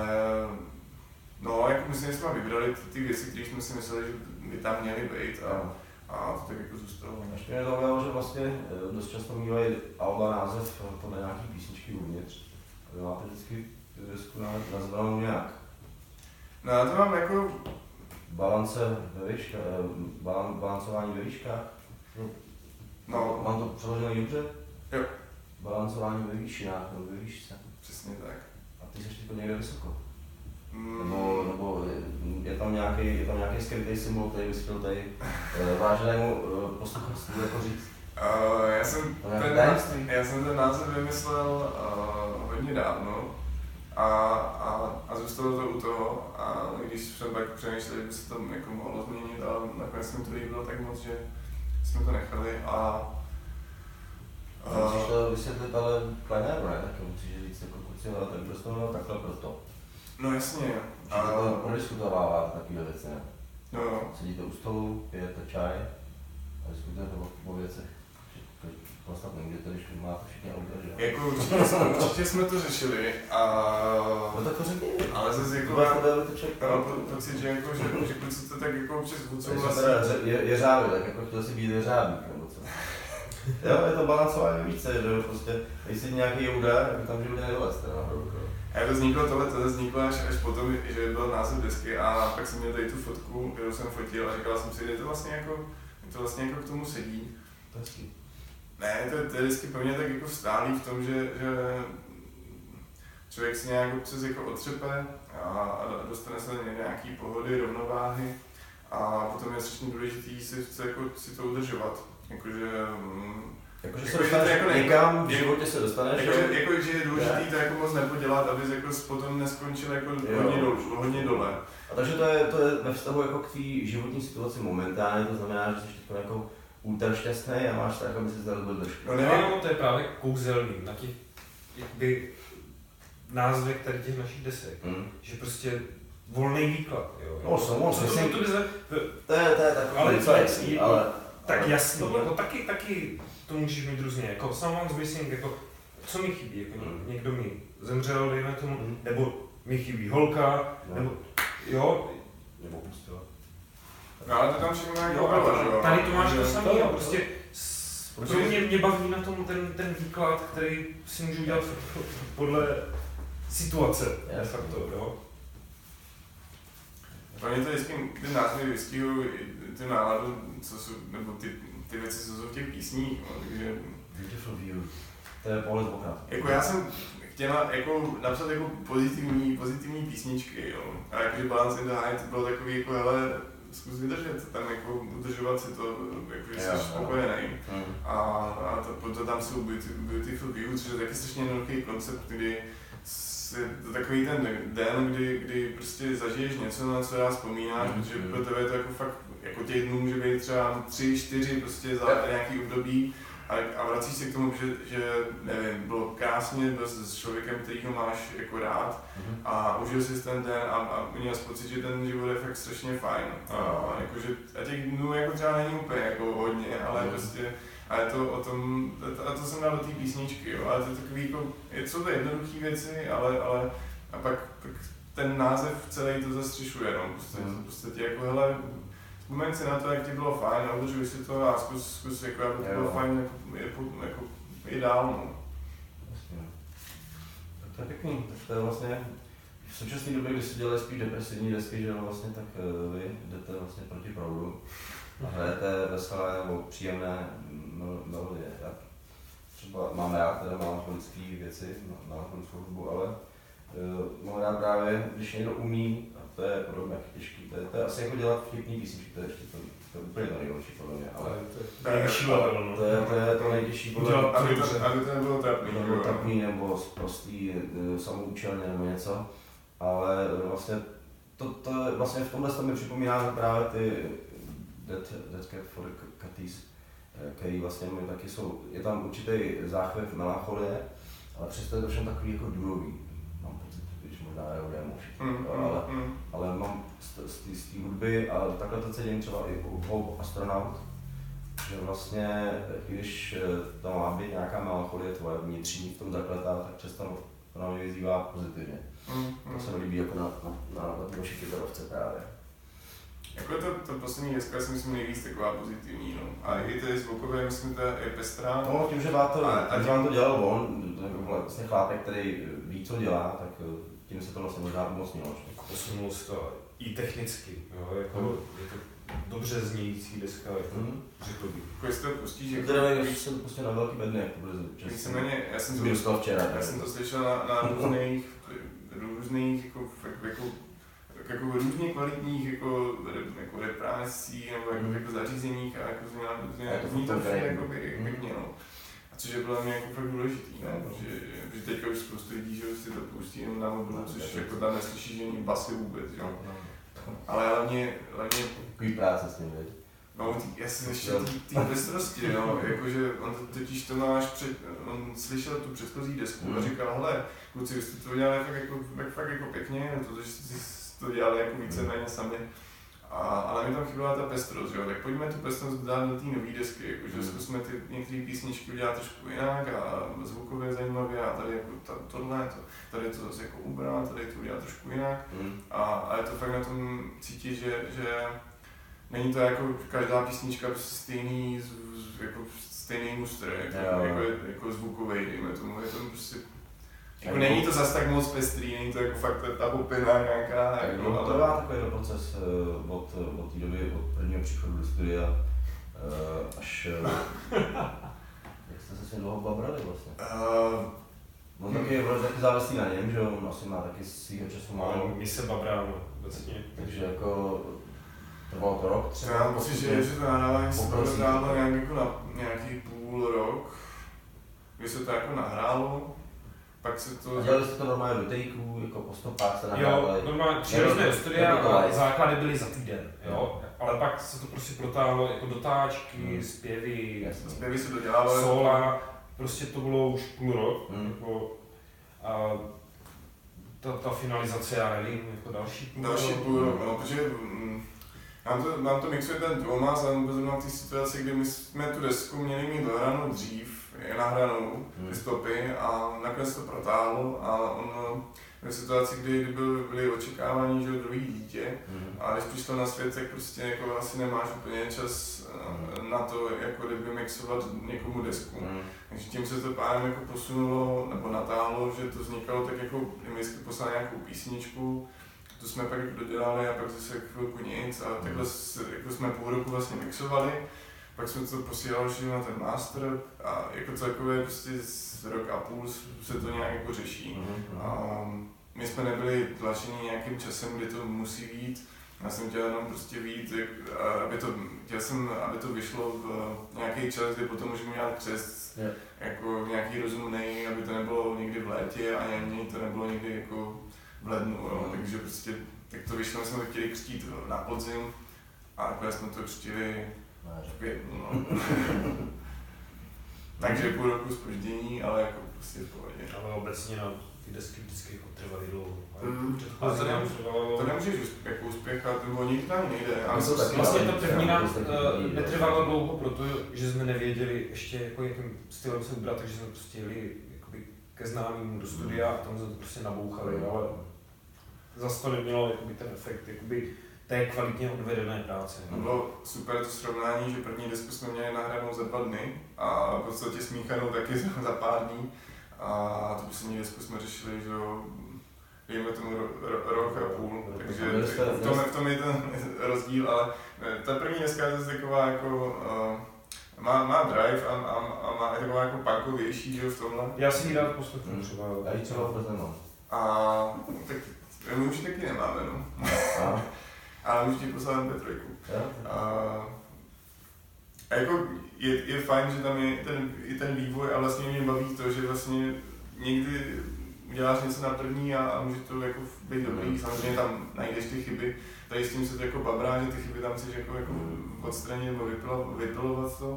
no, jako myslím, že jsme vybrali ty věci, které jsme si mysleli, že by tam měly být a to tak jako zůstalo. Ještě mě zaujalo, že vlastně dost často mývají alba název podle nějaký písničky uvnitř. A vy máte vždycky desku nazvanou nějak. No já to mám jako... Balancování ve výškách. No. Mám to přeložené dobře? Jo. Balancování ve výšinách nebo ve výšce. Přesně tak. A ty jsi jako někde vysoko? Nebo je tam nějaký skrytý symbol, který bys chtěl tady váženému posluchačstvu jako říct? Já jsem ten název vymyslel hodně dávno a zůstalo to u toho a když jsem pak přemýšlel, že by se to jako mohlo změnit, ale nakonec mi to líbilo tak moc, že jsme to nechali a... Musíš to vysvětlit ale plenéru, ne? Tak musíš říct jako kluci, ale tak prostě to takhle proto. No jasně. A to prodiskutováváte takové věci, ne? No. Sedíte u stolu, pijete čaj a diskutujete o věcech. Podstatně, kde to, když máte všichni auta, že? Jako určitě jsme to řešili a... No tak to řekni. Ale zase jako... mám pocit, že jako, že kluci to tak jako občas vůdcou vlastně... Jeřáby, tak jako chtěl si být jeřábík, nebo co? Jo, je to balancování více, že prostě, když si nějaký údar, tak tam životě nedolezte, no. A to vzniklo až potom, že byl název desky a pak jsem měl tady tu fotku, kterou jsem fotil a říkal jsem si, že je to vlastně jako k tomu sedí. To je hezký. Ne, to je vždycky pro mě tak jako stálý v tom, že člověk si nějak občas jako otřepe a dostane se do nějaký pohody, rovnováhy a potom je strašně důležitý si to udržovat. Jakože Jakože se dostaneš někam, v životě se dostaneš. Jakože je důležitý to jako moc nepodělat, abys jako potom neskončil jako hodně dole. A takže to je ve vztahu jako k té životní situaci momentálně, to znamená, že jsi teď jako ultra šťastný a máš tak, aby se zdal byl držky. No nevím, to je právě kouzelný na těch jakoby názvech tady těch našich desek, že prostě volný výklad, jo. No, samozřejmě. To je takový ale tak jasně, jako taky to můžeš mít různě, jako someone's missing, jako co mi chybí, jako někdo mi zemřel, dejme tomu, nebo mi chybí holka, nebo jo, nebo pustila. No ale to tam všechno nějak tady to máš to samé, prostě mě baví na tom ten výklad, který si můžu dělat podle situace, de facto, jo. Pro mě to vždycky ty názvy vystihují ty náladu, co jsou, nebo ty věci, co jsou v těch písních, no, takže... Beautiful view. To je pohled okna. Jako já jsem chtěla jako napsat jako pozitivní písničky, jo. A jakože Balance in the High to bylo takový jako, hele, zkus vydržet, tam jako udržovat si to, jakože jsi spokojený. A to tam jsou Beautiful view, což je taky strašně jednoduchý koncept, kdy to takový ten den, kdy prostě zažiješ něco, na co rád vzpomínáš, protože pro tebe je to jako fakt, jako těch dnů může být třeba 3, 4 prostě za nějaký období a vracíš se k tomu, že nevím, bylo krásně, byl s člověkem, kterýho máš jako rád a užil jsi ten den a měl jsi pocit, že ten život je fakt strašně fajn. A těch dnů jako třeba není úplně jako hodně, ale prostě a je to o tom, a to jsem dal do té písničky, jo, ale to je takový jako, jsou to jednoduché věci, ale a pak ten název celý to zastřešuje, no, prostě ti jako, hele, vzpomeň si na to, jak ti bylo fajn a udržuj si to a zkus jako, aby to bylo fajn, jako i dál, no. Jasně. Tak to je pěkný, tak to je vlastně, v současné době, kdy se dělají spíš depresivní desky, že vlastně, tak vy jdete vlastně proti proudu. A hrajete veselé nebo příjemné melodie. Já třeba mám rád teda melancholické věci, melancholickou hudbu, ale mám rád právě, když někdo umí, a to je podobně jak těžký, to je asi jako dělat vtipný písničky, to je ještě to je úplně to nejlepší podle mě, ale to je to nejtěžší podle mě, aby to nebylo trapný nebo prostý, samoučelně nebo něco, ale vlastně to vlastně v tomhle mi připomíná právě ty Dead Cat for the Catties, který vlastně taky jsou, je tam určitý záchvěv melancholie, ale přesto je to všem takový jako durový. Mám pocit, když možná Eurodemo všichni, ale mám z té hudby a takhle to cítím třeba i u Hope Astronaut, že vlastně, když tam má být nějaká melancholie tvoje vnitřní v tom zakletá, tak přesto to na mě vyzývá pozitivně. To se mi líbí jako na té vaší kytarovce právě. Jako to poslední deska si myslím nejvíc taková pozitivní, no. A i ty zvukové, myslím, to je pestrá. No, tím, že vám to dělal on, vlastně chlápek, který ví, co dělá, tak tím se to vlastně možná umocnilo. Jako posunul se to i technicky, jo, jako je to dobře znějící deska, jako řekl bych. Jako jestli to pustíš, jako... Když jsem to pustil na velký bedny, jak to bude zvučit. Já jsem to slyšel na různých jako různě kvalitních jako repránsí nebo jako zařízeních a jako zní to jako pěkně, no. A což je pro mě jako fakt důležitý, no, že teďka už spoustu lidí, že si to pustí jenom na mobilu, což jako tam neslyšíš ani basy vůbec, jo. Ale hlavně... Takový práce s ním, veď? No, já jsem ještě ty pestrosti, no, jakože on totiž to on slyšel tu předchozí desku a říkal, hele, kluci, vy jste to dělali fakt jako pěkně, protože jste to dělali jako víceméně sami. Ale mi tam chyběla ta pestrost, jo, tak pojďme tu pestrost dát do té nové desky, jakože zkusme ty některé písničky udělat trošku jinak a zvukově zajímavě a tady jako tohle, tady to zase jako ubrat, tady to udělat trošku jinak. A je to fakt na tom cítit, že není to jako každá písnička stejný mustr, jako zvukovej, dejme tomu, je to prostě jako není to zas tak moc pestrý, není to jako fakt ta popina nějaká. Jako, to má takový proces od té doby, od prvního příchodu do studia až... Jak jste se s ním dlouho babrali vlastně? On taky je taky závislý na něm, že on asi má taky svýho času málo. My se babráme obecně. Takže jako trvalo to rok třeba. Já myslím, že to nahrávání se prodávalo nějaký půl půl rok, kdy se to jako nahrálo, pak se to... A dělali jste to normálně do taků, jako po stopách se nahrávali? Jo, normálně přijeli jsme do studia a základy byly za týden, jo. Ale pak se to prostě protáhlo jako dotáčky, zpěvy, zpěvy se dodělávaly, sola, prostě to bylo už půl rok, jako, a ta finalizace, já nevím, jako další půl rok, no, protože nám to mixuje ten Tomáš a zrovna v té situaci, kdy my jsme tu desku měli mít dohranou dřív, nahranou, ty stopy a nakonec to protáhlo a on v situaci, kdy byly očekávání, že druhý dítě a když přišlo na svět, tak prostě jako asi nemáš úplně čas na to, jako kdyby mixovat někomu desku. Takže tím se to pádem jako posunulo nebo natáhlo, že to vznikalo tak jako, my jsme poslali nějakou písničku, to jsme pak jako dodělali a pak zase chvilku nic a takhle jako jsme půl roku vlastně mixovali. Pak jsme to posílali na ten master a jako celkově prostě z rok a půl se to nějak jako řeší. A my jsme nebyli tlačeni nějakým časem, kdy to musí vyjít. Já jsem chtěl jenom prostě vyjít, chtěl jsem, aby to vyšlo v nějaký čas, kdy potom můžeme dělat křest, jako nějaký rozumnej, aby to nebylo někdy v létě a ani to nebylo někdy jako v lednu, jo. Takže prostě tak to vyšlo, my jsme to chtěli křtít na podzim a nakonec jsme to křtili v květnu, no. Takže půl roku zpoždění, ale jako prostě v pohodě. Ale obecně na ty desky vždycky jako trvaly dlouho. Ale to nemůžeš jako uspěchat, nebo nikdy tam nejde. Ale vlastně ta první nám netrvala dlouho, protože jsme nevěděli ještě jako jakým stylem se ubrat, takže jsme prostě jeli jakoby ke známým do studia a tam jsme to prostě nabouchali, ale zase to nemělo jakoby ten efekt jakoby té kvalitně odvedené práce. Bylo super to srovnání, že první desku jsme měli nahranou za 2 dny a v podstatě smíchanou taky za pár dní. A tu poslední desku jsme řešili, že jo, dejme tomu rok a půl, takže v tom je ten rozdíl, ale ta první deska je zase taková jako, má drive a má taková jako punkovější, že jo, v tomhle. Já si ji rád poslechnu třeba. Já ji třeba vůbec nemám. A tak my už taky nemáme, no. Ale už ti poslal MP3. A jako je fajn, že tam je ten vývoj a vlastně mě baví to, že vlastně někdy uděláš něco na první a může to jako být dobrý, samozřejmě tam najdeš ty chyby, tady s tím se to jako babrá, že ty chyby tam chceš jako odstranit nebo vypilovat to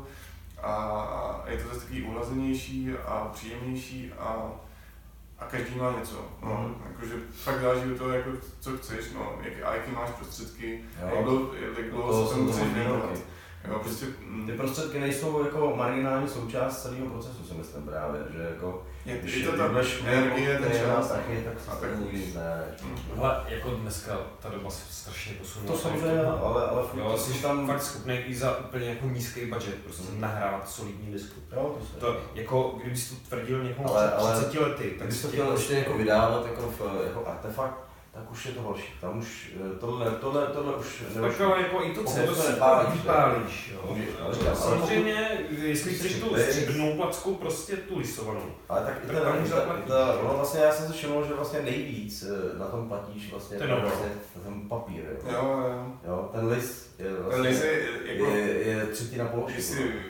a je to zase takový uhlazenější a příjemnější a každý má něco, no, jakože fakt záleží od toho, jako, co chceš, no, a jaký máš prostředky, jak dlouho se tomu chceš věnovat. Jo, prostě, ty prostředky nejsou jako marginální součást celého procesu, si myslím právě, že jako když to tam energie, ten čas, tak se nikdy ne. Ale jako dneska ta doba se strašně posunula. To samozřejmě, ale jo, jsi tam fakt schopný i za úplně jako nízký budget prostě nahrát solidní disku. Jo, to jako kdybys to tvrdil někomu 30 lety, tak když to chtěl ještě jako vydávat jako artefakt, tak už je to horší. Tam už tohle už tak ale jako i to CD vypálíš, jo. Samozřejmě, jestli chceš tu stříbrnou placku, prostě tu lisovanou. Ale tak vlastně já jsem si všiml, že vlastně nejvíc na tom platíš vlastně na ten papír, jo. Ten list je vlastně je třetina položky.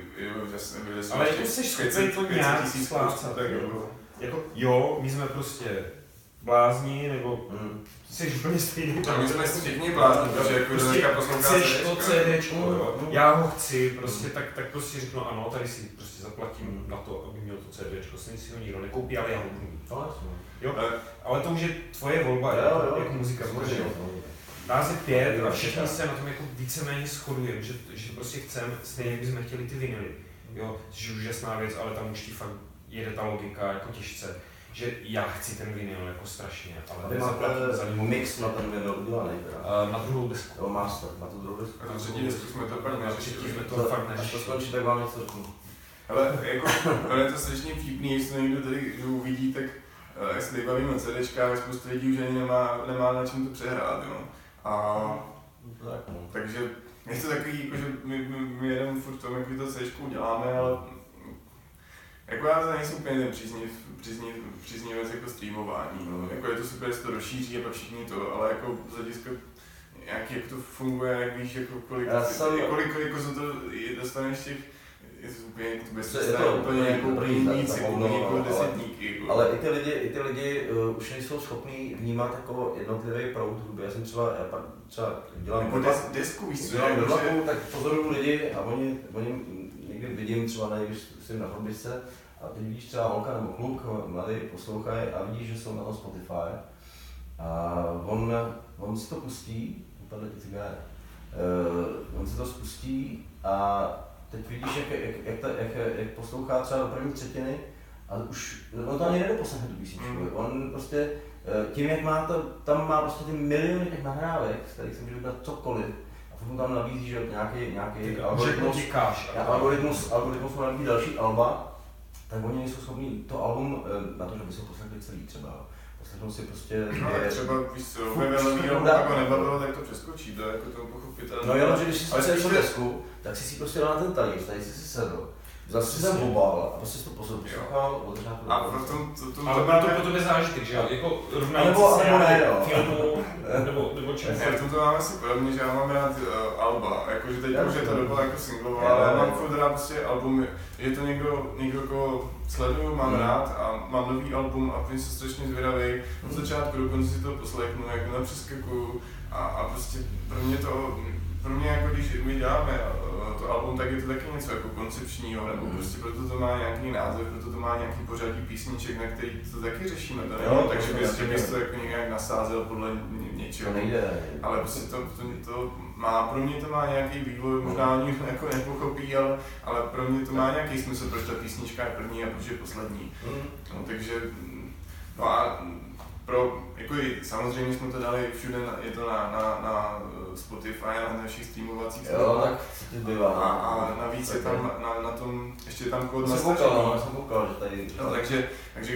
Ale jako jsi schopný to nějak splácat, jako jo, my jsme prostě blázni, nebo jsi úplně stejný. A my jsme všichni blázni, protože jako dneska poslouchá chceš to CDčko, jo, já ho chci, prostě, tak prostě řeknu ano, tady si prostě zaplatím na to, aby měl to CDčko, s ním si ho nikdo nekoupí, ale já ho budu mít. Jo, ale to už je tvoje volba, jako muzika, protože nás je 5 a všichni se na tom jako víceméně shodujeme, že prostě chceme, stejně jak bychom chtěli ty vinily, jo, což je úžasná věc, ale tam už ti fakt jede ta logika jako těžce. Že já chci ten vinyl jako strašně, ale nezaplatím za něj. Mix na ten vinyl udělaný teda? Na druhou desku. Jo, master, na tu druhou desku. A na třetí desku jsme to pak neřešili. Až to skončí, tak vám něco řeknu. Ale jako, je to strašně vtipný, jestli to někdo tady uvidí, tak jak se tady bavíme o CDčkách, spoustu lidí už ani nemá na čem to přehrát, jo. Takže je to takový, jako, že my jedeme furt v tom, jak to CDčku uděláme, ale jako já nejsem úplně ten příznivec jako streamování, no. Jako je to super, že se to rozšíří a pak všichni to, ale jako z hlediska nějaký, jak to funguje, jak víš, jako kolik jako se to dostaneš těch je to úplně jako desetníky. Ale i ty lidi už nejsou schopní vnímat jako jednotlivý proud hudby. Já jsem třeba dělám desku, víš co, tak pozoruju lidi a oni někdy vidím třeba na chodbičce a teď vidíš třeba holka nebo kluk, mladý poslouchají a vidíš, že jsou na tom Spotify a on si to pustí, tady ty cigáry, on si to spustí a teď vidíš, jak poslouchá třeba do první třetiny a už on to ani nedoposlechne tu písničku. On prostě tím, jak tam má prostě ty miliony těch nahrávek, z kterých se může vybrat cokoliv, a potom tam nabízí, že nějaký algoritmus mu nabízí další alba, tak oni nejsou schopni to album, na to, že by se poslechli celý třeba. Poslechnou si prostě... třeba, víš co, nový album jako nebavilo, tak to přeskočí, to je jako to pochopitelné. No jenom, že když si celou desku, tak si prostě dal na ten talíř, tady si sedl. Zase si tam obal a prostě to poslouchal od začátku. A potom ale má to po tobě zážitek, že jo? Jako rovnající se filmu, nebo čemu? Ne, to mám asi podobně, že já mám rád alba, jakože teď už je to doba jako singlová, ale já mám furt rád prostě album, je to někdo koho sleduju, mám rád a mám nový album a jsem strašně zvědavý. Od začátku do konce si to poslechnu, jako na přeskaku a prostě pro mě jako když my děláme to album, tak je to taky něco jako koncepčního, nebo prostě proto to má nějaký název, proto to má nějaký pořadí písniček, na který to taky řešíme, takže bys to jako nějak nasázel podle něčeho. To nejde. Ale prostě to má, pro mě to má nějaký vývoj, možná oni jako nepochopí, ale pro mě to má nějaký smysl, proč ta písnička je první a proč je poslední. No, takže, no a jako samozřejmě jsme to dali všude, je to na Spotify, na našich streamovacích jo, tak to bývá. A navíc je tam na tom, ještě je tam kód na jsem koukal, že tady... No, takže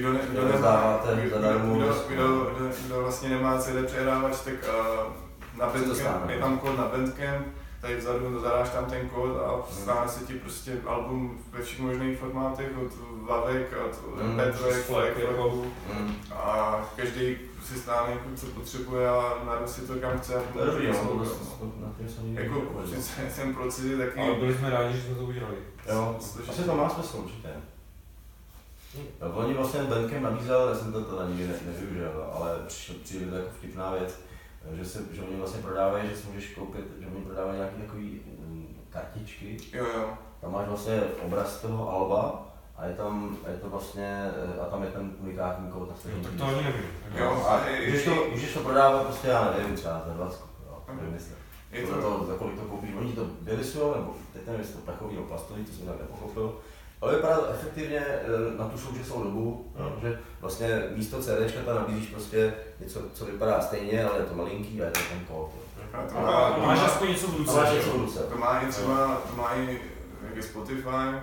kdo vlastně nemá CD přehrávač, tak na Bandcamp, je tam kód na Bandcamp, tady vzadu zadáš tam ten kód a stane se ti prostě album ve všech možných formátech, od Vavek, od Petrek, Flagů a každý si stane, co potřebuje a najdu si to kam chce. To je dobrý, jako ten proces je taky... Ale byli jsme rádi, že jsme to udělali. Jo, asi to má smysl určitě. Oni vlastně Bandcamp nabízel, já jsem to teda nikdy nevyužil, ale přijde to jako vtipná věc, že oni vlastně prodávají, že si můžeš koupit, že oni prodávají nějaké takový kartičky. Jo. Tam máš vlastně obraz toho alba a je to vlastně, a tam je ten unikátní kód na stejný. Tak to ani nevím. Jo, a můžeš to prodávat prostě, já nevím, třeba za 20, nevím jestli. Za kolik to koupíš, oni to vylisujou, nebo teď nevím, jestli to prachový nebo plastový, to jsem tak nepochopil. Ale vypadá to efektivně na tu současnou dobu, že vlastně místo CDčka tam nabízíš prostě něco, co vypadá stejně, ale je to malinký a je to ten kód. Máš aspoň něco v ruce. To má i třeba, jak je Spotify,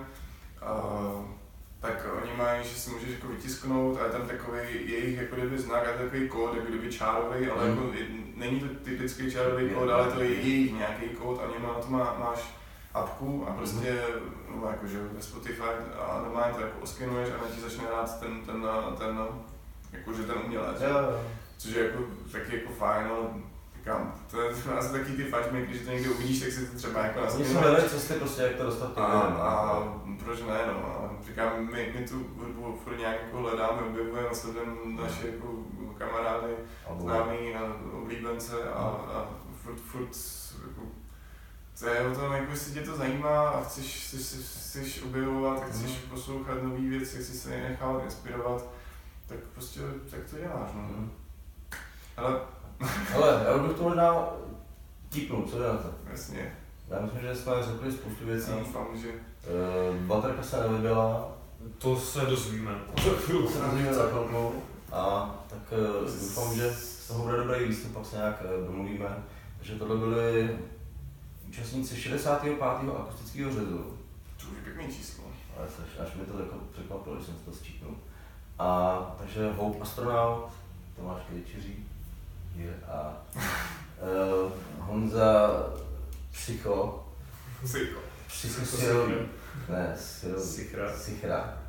tak oni mají, že si můžeš jako vytisknout a je tam takový jejich jako kdyby znak a takový kód, jako kdyby čárový, ale jako není to typický čárový kód, ale to je jejich nějaký kód a na to máš apku a prostě, no jakože ve Spotify a normálně to jako oskenuješ a na ti začne hrát ten jakože ten umělec. Což je jako taky jako fajn, ale říkám, to je asi taky ty fajčmy, když to někde uvidíš, tak si to třeba jako naskenuješ. Oni jsou hledají cesty prostě, jak to dostat a proč ne, no. A říkám, my tu hudbu furt nějak jako hledáme, objevujeme, sledujeme naše jako kamarády, známí a oblíbence a furt jako, to je o tom, jako jestli tě to zajímá a chceš objevovat, chceš poslouchat nové věci, chceš se nechat inspirovat, tak prostě tak to děláš, no. Ale já bych to možná tipnul, co jde na to? Jasně. Já myslím, že jsme řekli spoustu věcí. Doufám, že... Baterka se nevybila. To se dozvíme. Za chvilku. A tak doufám, že z toho bude dobrý výstup, pak se nějak domluvíme. Takže tohle byli účastníci 65. akustického řezu. To už je pěkný číslo. Ale až mi to jako překvapilo, že jsem si to sčítnul. A takže Hope Astronaut, Tomáš Krejčíří a Honza Psycho. Sichra.